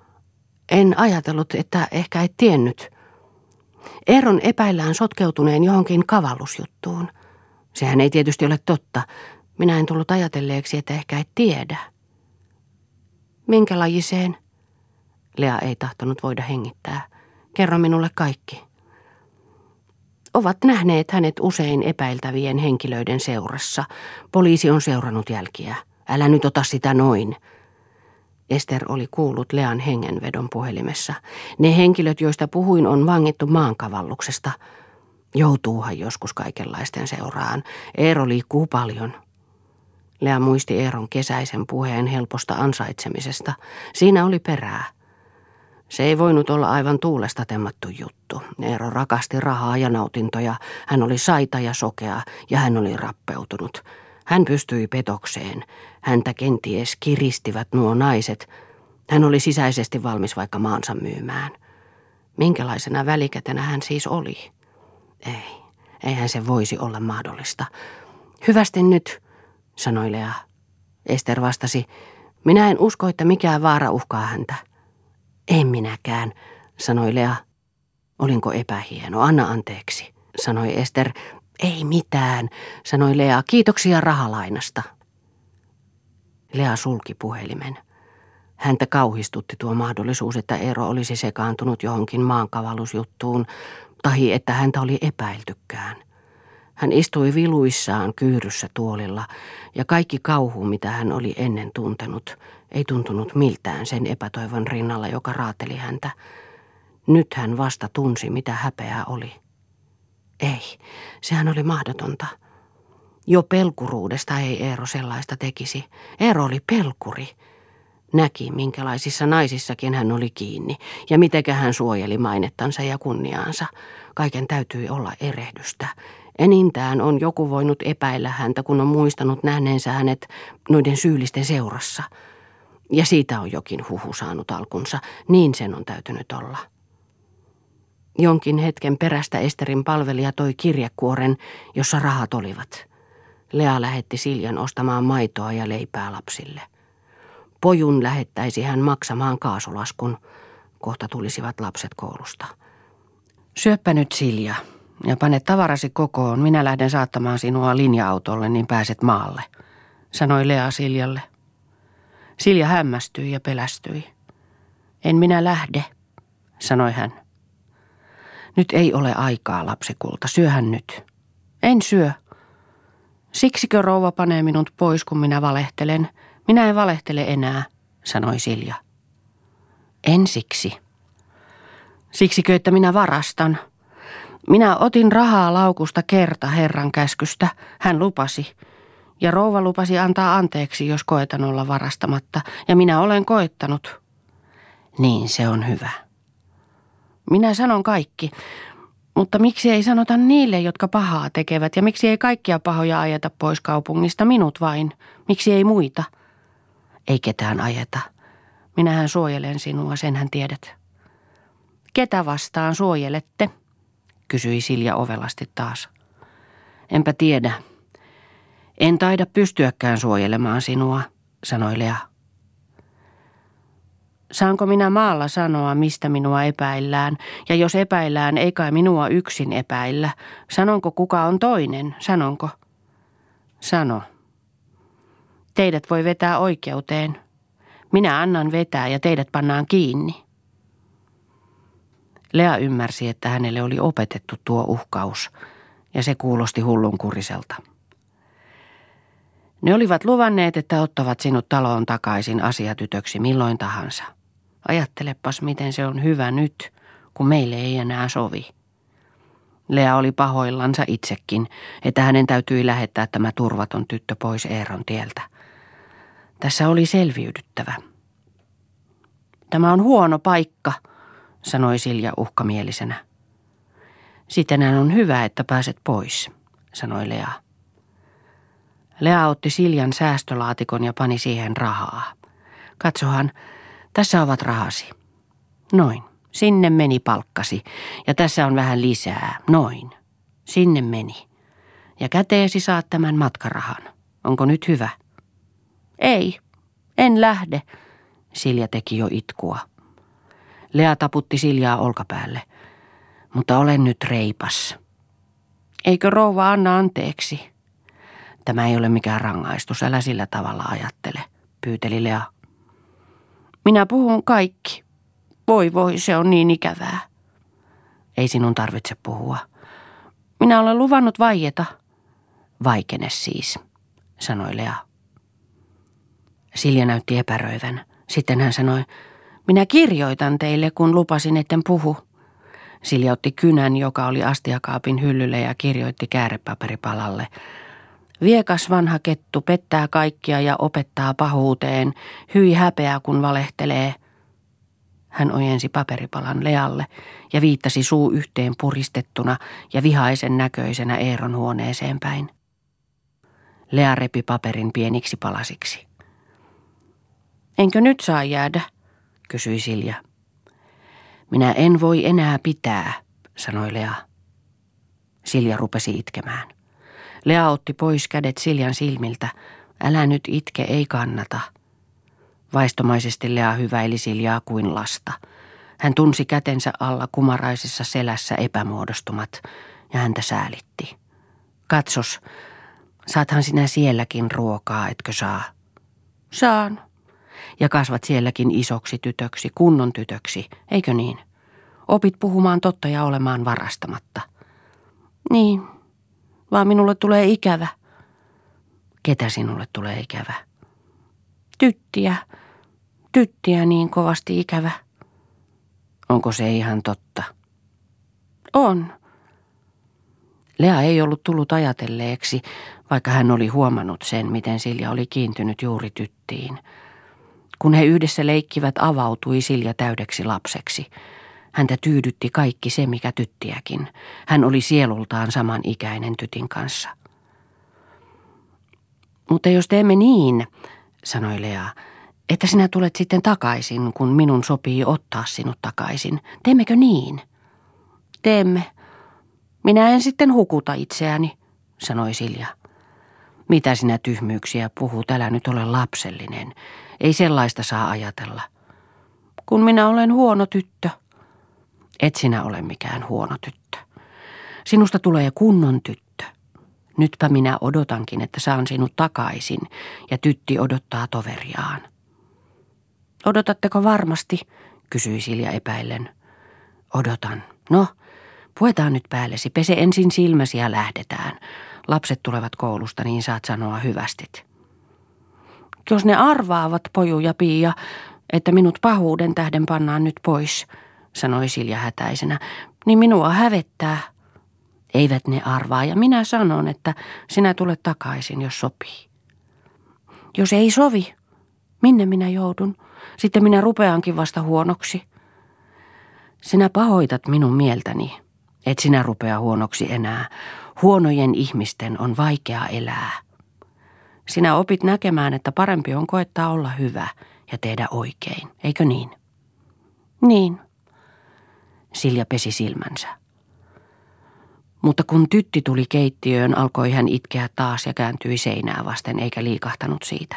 en ajatellut, että ehkä et tiennyt. Eeron epäillään sotkeutuneen johonkin kavallusjuttuun. Sehän ei tietysti ole totta. Minä en tullut ajatelleeksi, että ehkä et tiedä. Minkä lajiseen? Lea ei tahtonut voida hengittää. Kerro minulle kaikki. Ovat nähneet hänet usein epäiltävien henkilöiden seurassa. Poliisi on seurannut jälkiä. Älä nyt ota sitä noin. Ester oli kuullut Lean hengenvedon puhelimessa. Ne henkilöt, joista puhuin, on vangittu maankavalluksesta. Joutuuhan joskus kaikenlaisten seuraan. Eero liikkuu paljon. Lea muisti Eeron kesäisen puheen helposta ansaitsemisesta. Siinä oli perää. Se ei voinut olla aivan tuulesta temmattu juttu. Eero rakasti rahaa ja nautintoja. Hän oli saita ja sokea ja hän oli rappeutunut. Hän pystyi petokseen. Häntä kenties kiristivät nuo naiset. Hän oli sisäisesti valmis vaikka maansa myymään. Minkälaisena välikätenä hän siis oli? Ei, eihän se voisi olla mahdollista. Hyvästi nyt, sanoi Lea. Ester vastasi, minä en usko, että mikään vaara uhkaa häntä. En minäkään, sanoi Lea. Olinko epähieno? Anna anteeksi, sanoi Ester. Ei mitään, sanoi Lea. Kiitoksia rahalainasta. Lea sulki puhelimen. Häntä kauhistutti tuo mahdollisuus, että Eero olisi sekaantunut johonkin maankavallusjuttuun, tahi että häntä oli epäiltykään. Hän istui viluissaan kyyryssä tuolilla, ja kaikki kauhu, mitä hän oli ennen tuntenut, ei tuntunut miltään sen epätoivon rinnalla, joka raateli häntä. Nyt hän vasta tunsi, mitä häpeää oli. Ei, sehän oli mahdotonta. Jo pelkuruudesta ei Eero sellaista tekisi. Eero oli pelkuri. Näki, minkälaisissa naisissakin hän oli kiinni, ja mitenkä hän suojeli mainettansa ja kunniaansa. Kaiken täytyi olla erehdystä. Enintään on joku voinut epäillä häntä, kun on muistanut nähneensä hänet noiden syyllisten seurassa. Ja siitä on jokin huhu saanut alkunsa, niin sen on täytynyt olla. Jonkin hetken perästä Esterin palvelija toi kirjekuoren, jossa rahat olivat. Lea lähetti Siljan ostamaan maitoa ja leipää lapsille. Pojun lähettäisi hän maksamaan kaasulaskun. Kohta tulisivat lapset koulusta. Syöppä nyt, Silja, ja pane tavarasi kokoon. Minä lähden saattamaan sinua linja-autolle, niin pääset maalle, sanoi Lea Siljalle. Silja hämmästyi ja pelästyi. En minä lähde, sanoi hän. Nyt ei ole aikaa, lapsikulta. Syöhän nyt. En syö. Siksikö rouva panee minut pois, kun minä valehtelen? Minä en valehtele enää, sanoi Silja. Ensiksi. Siksikö, että minä varastan? Minä otin rahaa laukusta kerta Herran käskystä. Hän lupasi. Ja rouva lupasi antaa anteeksi, jos koetan olla varastamatta. Ja minä olen koettanut. Niin, se on hyvä. Minä sanon kaikki. Mutta miksi ei sanota niille, jotka pahaa tekevät, ja miksi ei kaikkia pahoja ajeta pois kaupungista, minut vain? Miksi ei muita? Ei ketään ajeta. Minähän suojelen sinua, senhän tiedät. Ketä vastaan suojelette? Kysyi Silja ovelasti taas. Enpä tiedä. En taida pystyäkään suojelemaan sinua, sanoi Lea. Saanko minä maalla sanoa, mistä minua epäillään, ja jos epäillään, ei kai minua yksin epäillä. Sanonko, kuka on toinen, sanonko? Sano. Teidät voi vetää oikeuteen. Minä annan vetää ja teidät pannaan kiinni. Lea ymmärsi, että hänelle oli opetettu tuo uhkaus, ja se kuulosti hullunkuriselta. Ne olivat luvanneet, että ottavat sinut taloon takaisin asiatytöksi milloin tahansa. Ajattelepas, miten se on hyvä nyt, kun meille ei enää sovi. Lea oli pahoillansa itsekin, että hänen täytyi lähettää tämä turvaton tyttö pois Eeron tieltä. Tässä oli selviydyttävä. Tämä on huono paikka, sanoi Silja uhkamielisenä. Sittenhän on hyvä, että pääset pois, sanoi Lea. Lea otti Siljan säästölaatikon ja pani siihen rahaa. Katsohan, tässä ovat rahasi. Noin, sinne meni palkkasi. Ja tässä on vähän lisää. Noin, sinne meni. Ja käteesi saat tämän matkarahan. Onko nyt hyvä? Ei, en lähde. Silja teki jo itkua. Lea taputti Siljaa olkapäälle. Mutta olen nyt reipas. Eikö rouva anna anteeksi? Tämä ei ole mikään rangaistus, älä sillä tavalla ajattele, pyyteli Lea. Minä puhun kaikki. Voi voi, se on niin ikävää. Ei sinun tarvitse puhua. Minä olen luvannut vaieta. Vaikene siis, sanoi Lea. Silja näytti epäröivän. Sitten hän sanoi, minä kirjoitan teille, kun lupasin, etten puhu. Silja otti kynän, joka oli astiakaapin hyllylle ja kirjoitti käärepaperipalalle. Viekas vanha kettu pettää kaikkia ja opettaa pahuuteen. Hyi häpeä, kun valehtelee. Hän ojensi paperipalan Lealle ja viittasi suu yhteen puristettuna ja vihaisen näköisenä Eeron huoneeseen päin. Lea repi paperin pieniksi palasiksi. Enkö nyt saa jäädä, kysyi Silja. Minä en voi enää pitää, sanoi Lea. Silja rupesi itkemään. Lea otti pois kädet Siljan silmiltä. Älä nyt itke, ei kannata. Vaistomaisesti Lea hyväili Siljaa kuin lasta. Hän tunsi kätensä alla kumaraisessa selässä epämuodostumat ja häntä säälitti. Katsos, saathan sinä sielläkin ruokaa, etkö saa? Saan. Ja kasvat sielläkin isoksi tytöksi, kunnon tytöksi, eikö niin? Opit puhumaan totta ja olemaan varastamatta. Niin, vaan minulle tulee ikävä. Ketä sinulle tulee ikävä? Tyttiä. Tyttiä niin kovasti ikävä. Onko se ihan totta? On. Lea ei ollut tullut ajatelleeksi, vaikka hän oli huomannut sen, miten Silja oli kiintynyt juuri tyttiin. Kun he yhdessä leikkivät, avautui Silja täydeksi lapseksi. Häntä tyydytti kaikki se, mikä tyttiäkin. Hän oli sielultaan samanikäinen tytin kanssa. Mutta jos teemme niin, sanoi Lea, että sinä tulet sitten takaisin, kun minun sopii ottaa sinut takaisin. Teemmekö niin? Teemme. Minä en sitten hukuta itseäni, sanoi Silja. Mitä sinä tyhmyyksiä puhut, älä nyt ole lapsellinen. Ei sellaista saa ajatella. Kun minä olen huono tyttö. Et sinä ole mikään huono tyttö. Sinusta tulee kunnon tyttö. Nytpä minä odotankin, että saan sinut takaisin, ja tytti odottaa toveriaan. Odotatteko varmasti, kysyi Silja epäillen. Odotan. No, puetaan nyt päällesi. Pese ensin silmäsi ja lähdetään. Lapset tulevat koulusta, niin saat sanoa hyvästit. Jos ne arvaavat, Poju ja Pia, että minut pahuuden tähden pannaan nyt pois, sanoi Silja hätäisenä, niin minua hävettää. Eivät ne arvaa ja minä sanon, että sinä tulet takaisin, jos sopii. Jos ei sovi, minne minä joudun? Sitten minä rupeankin vasta huonoksi. Sinä pahoitat minun mieltäni, et sinä rupea huonoksi enää. Huonojen ihmisten on vaikea elää. Sinä opit näkemään, että parempi on koettaa olla hyvä ja tehdä oikein, eikö niin? Niin. Silja pesi silmänsä. Mutta kun tytti tuli keittiöön, alkoi hän itkeä taas ja kääntyi seinää vasten eikä liikahtanut siitä.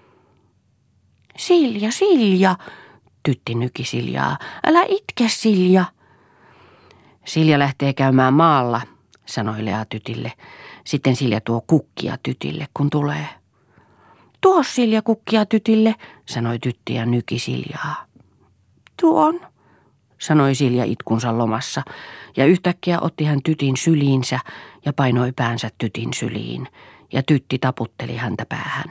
Silja, Silja, tytti nyki Siljaa. Älä itke, Silja. Silja lähtee käymään maalla, sanoi Lea tytille. Sitten Silja tuo kukkia tytille, kun tulee. Tuo Silja kukkia tytille, sanoi tytti ja nyki Siljaa. Tuon, sanoi Silja itkunsa lomassa, ja yhtäkkiä otti hän tytin syliinsä ja painoi päänsä tytin syliin, ja tytti taputteli häntä päähän.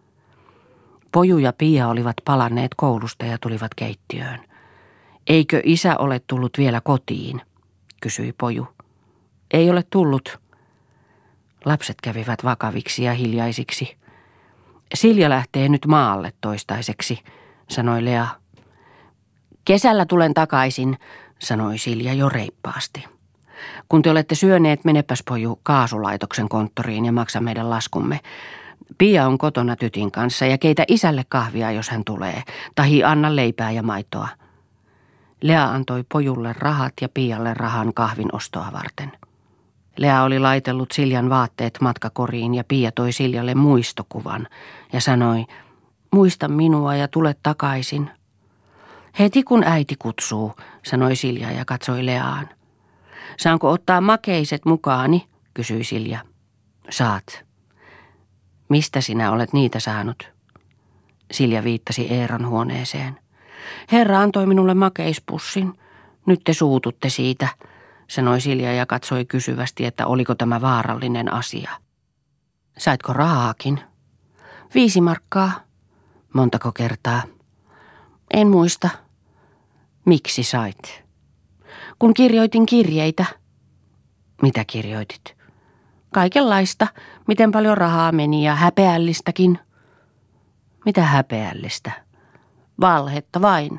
Poju ja Pia olivat palanneet koulusta ja tulivat keittiöön. Eikö isä ole tullut vielä kotiin, kysyi Poju. Ei ole tullut. Lapset kävivät vakaviksi ja hiljaisiksi. Silja lähtee nyt maalle toistaiseksi, sanoi Lea. Kesällä tulen takaisin, sanoi Silja jo reippaasti. Kun te olette syöneet, menepäs Poju kaasulaitoksen konttoriin ja maksa meidän laskumme. Pia on kotona tytin kanssa ja keitä isälle kahvia, jos hän tulee, tahi anna leipää ja maitoa. Lea antoi Pojulle rahat ja Pialle rahan kahvin ostoa varten. Lea oli laitellut Siljan vaatteet matkakoriin ja Pia toi Siljalle muistokuvan ja sanoi, muista minua ja tule takaisin. Heti kun äiti kutsuu, sanoi Silja ja katsoi Leaan. Saanko ottaa makeiset mukaani, kysyi Silja. Saat. Mistä sinä olet niitä saanut? Silja viittasi Eeron huoneeseen. Herra antoi minulle makeispussin. Nyt te suututte siitä, sanoi Silja ja katsoi kysyvästi, että oliko tämä vaarallinen asia. Saitko rahaakin? Viisi markkaa. Montako kertaa? En muista. Miksi sait? Kun kirjoitin kirjeitä. Mitä kirjoitit? Kaikenlaista, miten paljon rahaa meni ja häpeällistäkin. Mitä häpeällistä? Valhetta vain.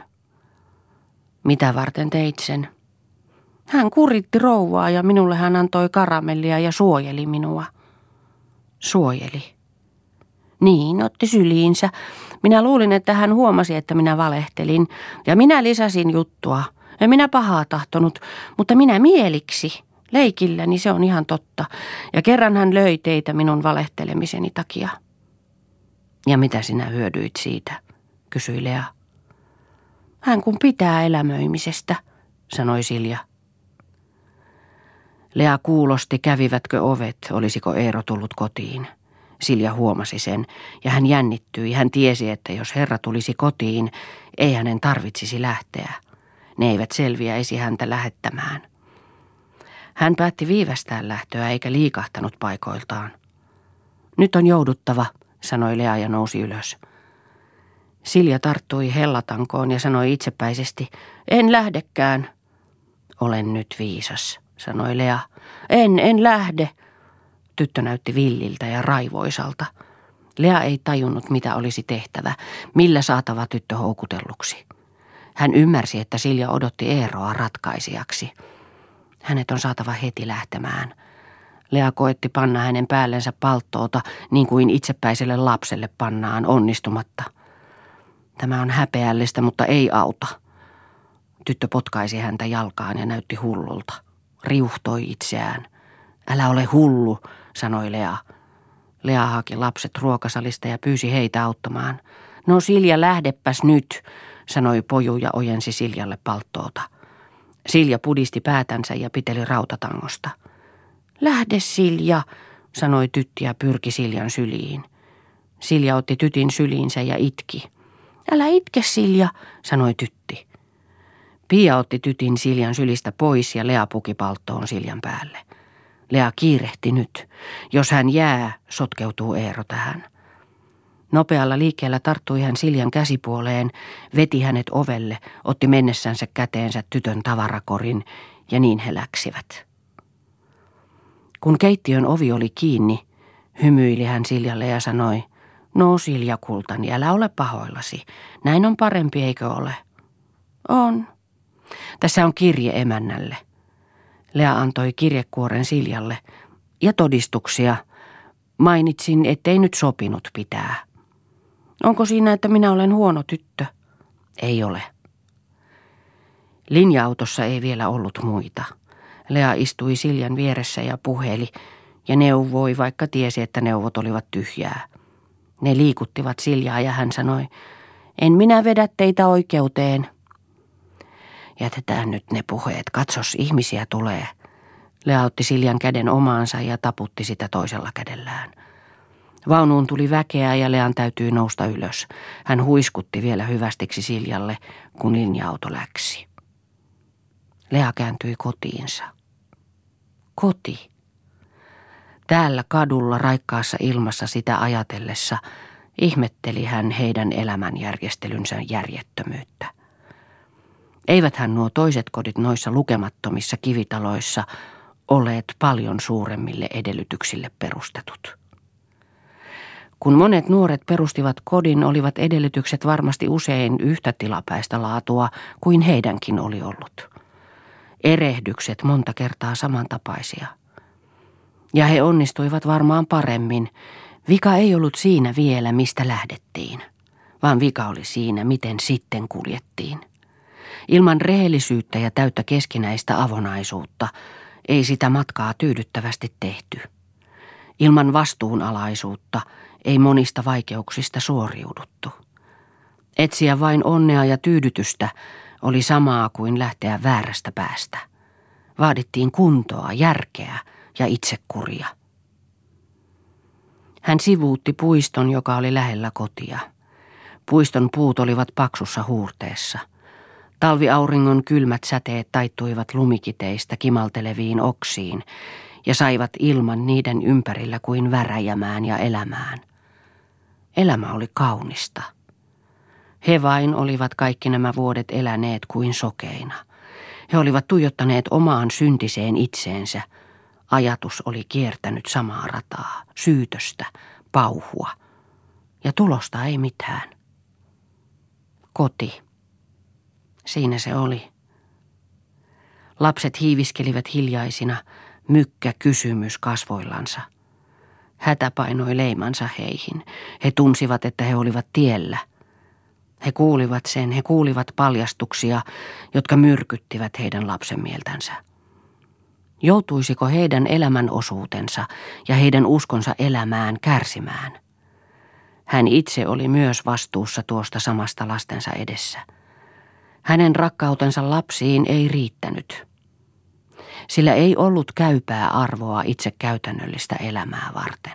Mitä varten teit sen? Hän kuritti rouvaa ja minulle hän antoi karamellia ja suojeli minua. Suojeli? Niin, otti syliinsä. Minä luulin, että hän huomasi, että minä valehtelin ja minä lisäsin juttua. En minä pahaa tahtonut, mutta minä mieliksi. Leikilläni se on ihan totta. Ja kerran hän löi teitä minun valehtelemiseni takia. Ja mitä sinä hyödyit siitä, kysyi Lea. Hän kun pitää elämöimisestä, sanoi Silja. Lea kuulosti, kävivätkö ovet, olisiko Eero tullut kotiin. Silja huomasi sen ja hän jännittyi. Hän tiesi, että jos herra tulisi kotiin, ei hänen tarvitsisi lähteä. Ne eivät selviäisi häntä lähettämään. Hän päätti viivästää lähtöä eikä liikahtanut paikoiltaan. Nyt on jouduttava, sanoi Lea ja nousi ylös. Silja tarttui hellatankoon ja sanoi itsepäisesti, en lähdekään. Olen nyt viisas, sanoi Lea. En, en lähde. Tyttö näytti villiltä ja raivoisalta. Lea ei tajunnut, mitä olisi tehtävä, millä saatava tyttö houkutelluksi. Hän ymmärsi, että Silja odotti Eeroa ratkaisijaksi. Hänet on saatava heti lähtemään. Lea koetti panna hänen päällensä palttoota, niin kuin itsepäiselle lapselle pannaan, onnistumatta. Tämä on häpeällistä, mutta ei auta. Tyttö potkaisi häntä jalkaan ja näytti hullulta. Riuhtoi itseään. Älä ole hullu, sanoi Lea. Lea haki lapset ruokasalista ja pyysi heitä auttamaan. No Silja, lähdepäs nyt, sanoi Poju ja ojensi Siljalle palttoota. Silja pudisti päätänsä ja piteli rautatangosta. Lähde Silja, sanoi tytti ja pyrki Siljan syliin. Silja otti tytin syliinsä ja itki. Älä itke Silja, sanoi tytti. Pia otti tytin Siljan sylistä pois ja Lea puki palttoon Siljan päälle. Lea kiirehti nyt. Jos hän jää, sotkeutuu Eero tähän. Nopealla liikkeellä tarttui hän Siljan käsipuoleen, veti hänet ovelle, otti mennessänsä käteensä tytön tavarakorin ja niin he läksivät. Kun keittiön ovi oli kiinni, hymyili hän Siljalle ja sanoi, no Silja kultani, älä ole pahoillasi. Näin on parempi, eikö ole? On. Tässä on kirje emännälle. Lea antoi kirjekuoren Siljalle ja todistuksia. Mainitsin, ettei nyt sopinut pitää. Onko siinä, että minä olen huono tyttö? Ei ole. Linja-autossa ei vielä ollut muita. Lea istui Siljan vieressä ja puheli ja neuvoi, vaikka tiesi, että neuvot olivat tyhjää. Ne liikuttivat Siljaa ja hän sanoi, en minä vedä teitä oikeuteen. Jätetään nyt ne puheet, katsos ihmisiä tulee. Lea otti Siljan käden omaansa ja taputti sitä toisella kädellään. Vaunuun tuli väkeä ja Lean täytyi nousta ylös. Hän huiskutti vielä hyvästiksi Siljalle, kun linja-auto läksi. Lea kääntyi kotiinsa. Koti. Täällä kadulla raikkaassa ilmassa sitä ajatellessa ihmetteli hän heidän elämänjärjestelynsä järjettömyyttä. Eiväthän nuo toiset kodit noissa lukemattomissa kivitaloissa olleet paljon suuremmille edellytyksille perustetut. Kun monet nuoret perustivat kodin, olivat edellytykset varmasti usein yhtä tilapäistä laatua kuin heidänkin oli ollut. Erehdykset monta kertaa samantapaisia. Ja he onnistuivat varmaan paremmin. Vika ei ollut siinä vielä, mistä lähdettiin, vaan vika oli siinä, miten sitten kuljettiin. Ilman rehellisyyttä ja täyttä keskinäistä avonaisuutta ei sitä matkaa tyydyttävästi tehty. Ilman vastuunalaisuutta ei monista vaikeuksista suoriuduttu. Etsiä vain onnea ja tyydytystä oli samaa kuin lähteä väärästä päästä. Vaadittiin kuntoa, järkeä ja itsekuria. Hän sivuutti puiston, joka oli lähellä kotia. Puiston puut olivat paksussa huurteessa. Talviauringon kylmät säteet taittuivat lumikiteistä kimalteleviin oksiin ja saivat ilman niiden ympärillä kuin väräjämään ja elämään. Elämä oli kaunista. He vain olivat kaikki nämä vuodet eläneet kuin sokeina. He olivat tuijottaneet omaan syntiseen itseensä. Ajatus oli kiertänyt samaa rataa, syytöstä, pauhua. Ja tulosta ei mitään. Koti. Siinä se oli. Lapset hiiviskelivät hiljaisina, mykkä kysymys kasvoillansa. Hätä painoi leimansa heihin. He tunsivat, että he olivat tiellä. He kuulivat sen, he kuulivat paljastuksia, jotka myrkyttivät heidän lapsenmieltänsä. Joutuisiko heidän elämän osuutensa ja heidän uskonsa elämään kärsimään? Hän itse oli myös vastuussa tuosta samasta lastensa edessä. Hänen rakkautensa lapsiin ei riittänyt. Sillä ei ollut käypää arvoa itse käytännöllistä elämää varten.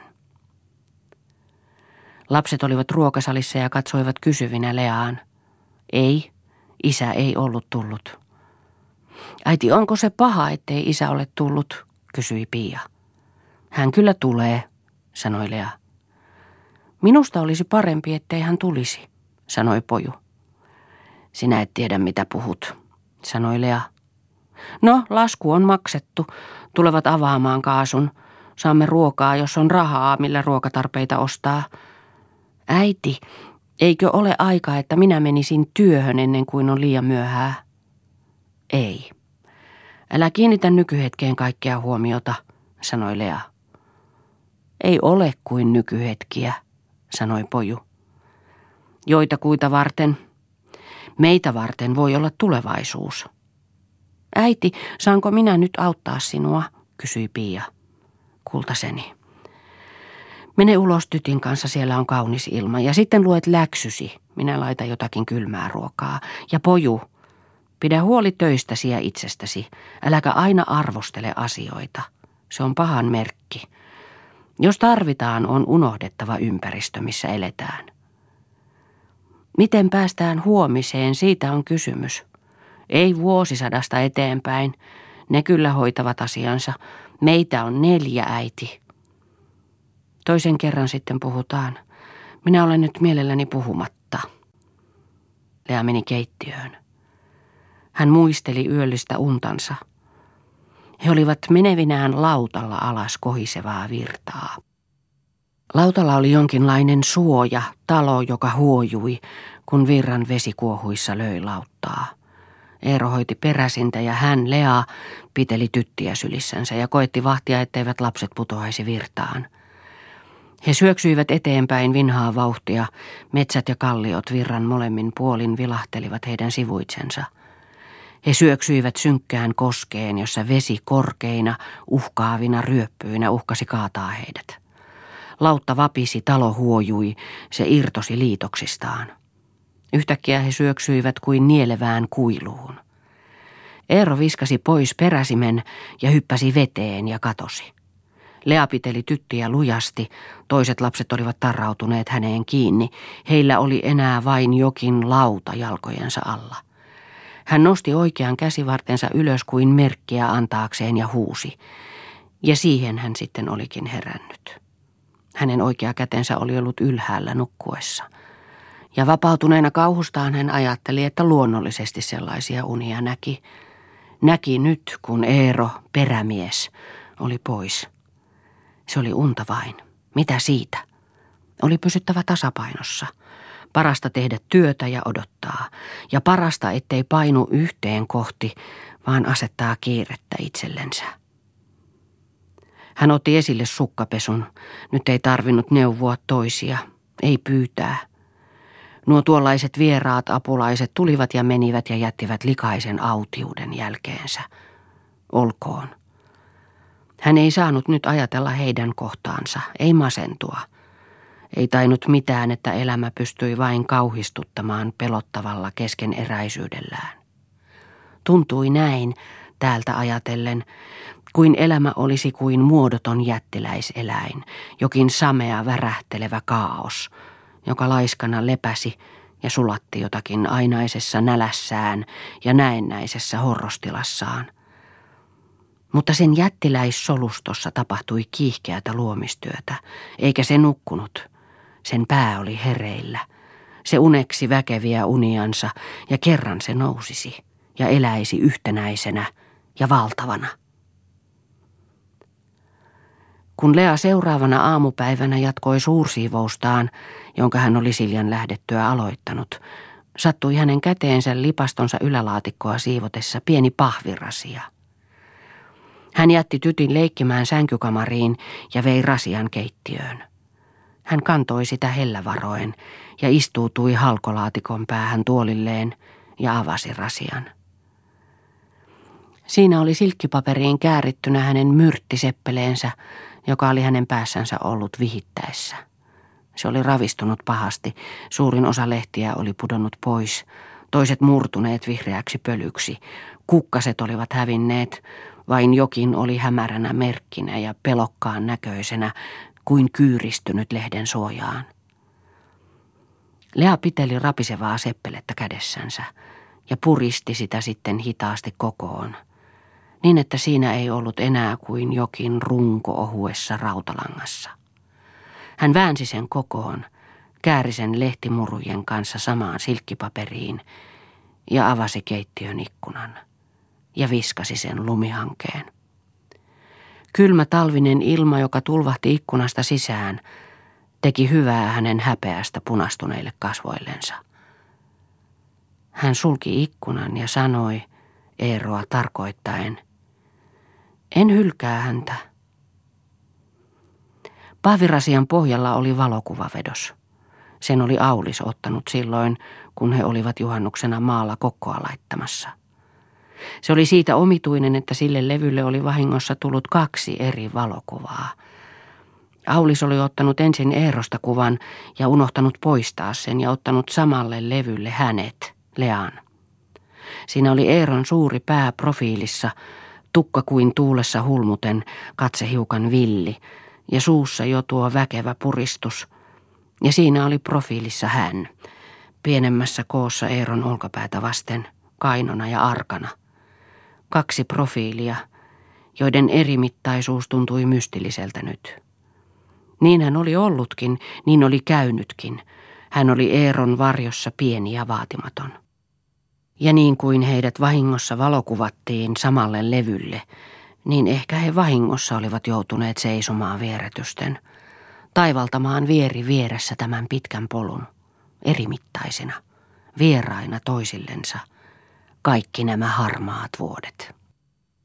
Lapset olivat ruokasalissa ja katsoivat kysyvinä Leaan. Ei, isä ei ollut tullut. Äiti, onko se paha, ettei isä ole tullut, kysyi Pia. Hän kyllä tulee, sanoi Lea. Minusta olisi parempi, ettei hän tulisi, sanoi Poju. Sinä et tiedä, mitä puhut, sanoi Lea. No, lasku on maksettu. Tulevat avaamaan kaasun. Saamme ruokaa, jos on rahaa, millä ruokatarpeita ostaa. Äiti, eikö ole aika, että minä menisin työhön ennen kuin on liian myöhää? Ei. Älä kiinnitä nykyhetkeen kaikkea huomiota, sanoi Lea. Ei ole kuin nykyhetkiä, sanoi Poju. Joitakuita varten, meitä varten voi olla tulevaisuus. Äiti, saanko minä nyt auttaa sinua, kysyi Pia. Kultaseni. Mene ulos tytin kanssa, siellä on kaunis ilma, ja sitten luet läksysi. Minä laitan jotakin kylmää ruokaa. Ja Poju, pidä huoli töistäsi ja itsestäsi. Äläkä aina arvostele asioita. Se on pahan merkki. Jos tarvitaan, on unohdettava ympäristö, missä eletään. Miten päästään huomiseen, siitä on kysymys. Ei vuosisadasta eteenpäin. Ne kyllä hoitavat asiansa. Meitä on neljä, äiti. Toisen kerran sitten puhutaan. Minä olen nyt mielelläni puhumatta. Lea meni keittiöön. Hän muisteli yöllistä untansa. He olivat menevinään lautalla alas kohisevaa virtaa. Lautalla oli jonkinlainen suoja, talo, joka huojui, kun virran vesikuohuissa löi lauttaa. Eero hoiti peräsintä ja hän, Lea, piteli tyttiä sylissänsä ja koetti vahtia, etteivät lapset putoaisi virtaan. He syöksyivät eteenpäin vinhaa vauhtia, metsät ja kalliot virran molemmin puolin vilahtelivat heidän sivuitsensa. He syöksyivät synkkään koskeen, jossa vesi korkeina, uhkaavina ryöppyinä uhkasi kaataa heidät. Lautta vapisi, talo huojui, se irtosi liitoksistaan. Yhtäkkiä he syöksyivät kuin nielevään kuiluun. Eero viskasi pois peräsimen ja hyppäsi veteen ja katosi. Lea piteli tyttiä lujasti, toiset lapset olivat tarrautuneet häneen kiinni. Heillä oli enää vain jokin lauta jalkojensa alla. Hän nosti oikean käsivartensa ylös kuin merkkiä antaakseen ja huusi. Ja siihen hän sitten olikin herännyt. Hänen oikea kätensä oli ollut ylhäällä nukkuessa. Ja vapautuneena kauhustaan hän ajatteli, että luonnollisesti sellaisia unia näki. Näki nyt, kun Eero, perämies, oli pois. Se oli unta vain. Mitä siitä? Oli pysyttävä tasapainossa. Parasta tehdä työtä ja odottaa. Ja parasta, ettei painu yhteen kohti, vaan asettaa kiirettä itsellensä. Hän otti esille sukkapesun. Nyt ei tarvinnut neuvoa toisia. Ei pyytää. Nuo tuollaiset vieraat apulaiset tulivat ja menivät ja jättivät likaisen autiuden jälkeensä. Olkoon. Hän ei saanut nyt ajatella heidän kohtaansa, ei masentua. Ei tainnut mitään, että elämä pystyi vain kauhistuttamaan pelottavalla keskeneräisyydellään. Tuntui näin, täältä ajatellen, kuin elämä olisi kuin muodoton jättiläiseläin, jokin samea värähtelevä kaos, joka laiskana lepäsi ja sulatti jotakin ainaisessa nälässään ja näennäisessä horrostilassaan. Mutta sen jättiläissolustossa tapahtui kiihkeätä luomistyötä, eikä se nukkunut. Sen pää oli hereillä. Se uneksi väkeviä uniansa ja kerran se nousisi ja eläisi yhtenäisenä ja valtavana. Kun Lea seuraavana aamupäivänä jatkoi suursiivoustaan, jonka hän oli Siljan lähdettyä aloittanut, sattui hänen käteensä lipastonsa ylälaatikkoa siivotessa pieni pahvirasia. Hän jätti tytin leikkimään sänkykamariin ja vei rasian keittiöön. Hän kantoi sitä hellävaroen ja istuutui halkolaatikon päähän tuolilleen ja avasi rasian. Siinä oli silkkipaperiin käärittynä hänen myrttiseppeleensä, joka oli hänen päässänsä ollut vihittäessä. Se oli ravistunut pahasti, suurin osa lehtiä oli pudonnut pois, toiset murtuneet vihreäksi pölyksi, kukkaset olivat hävinneet, vain jokin oli hämäränä merkkinä ja pelokkaan näköisenä kuin kyyristynyt lehden suojaan. Lea piteli rapisevaa seppelettä kädessänsä ja puristi sitä sitten hitaasti kokoon, niin että siinä ei ollut enää kuin jokin runko ohuessa rautalangassa. Hän väänsi sen kokoon, kääri sen lehtimurujen kanssa samaan silkkipaperiin ja avasi keittiön ikkunan ja viskasi sen lumihankeen. Kylmä talvinen ilma, joka tulvahti ikkunasta sisään, teki hyvää hänen häpeästä punastuneille kasvoillensa. Hän sulki ikkunan ja sanoi Eeroa tarkoittaen, en hylkää häntä. Pahvirasian pohjalla oli valokuvavedos. Sen oli Aulis ottanut silloin, kun he olivat juhannuksena maalla kokkoa laittamassa. Se oli siitä omituinen, että sille levylle oli vahingossa tullut kaksi eri valokuvaa. Aulis oli ottanut ensin Eerosta kuvan ja unohtanut poistaa sen ja ottanut samalle levylle hänet, Lean. Siinä oli Eeron suuri pää profiilissa, tukka kuin tuulessa hulmuten, katse hiukan villi ja suussa jo tuo väkevä puristus. Ja siinä oli profiilissa hän, pienemmässä koossa Eeron olkapäätä vasten, kainona ja arkana. Kaksi profiilia, joiden erimittaisuus tuntui mystilliseltä nyt. Niin hän oli ollutkin, niin oli käynytkin. Hän oli Eeron varjossa pieni ja vaatimaton. Ja niin kuin heidät vahingossa valokuvattiin samalle levylle, niin ehkä he vahingossa olivat joutuneet seisomaan vieretysten, taivaltamaan vieri vieressä tämän pitkän polun, erimittaisina, vieraina toisillensa, kaikki nämä harmaat vuodet.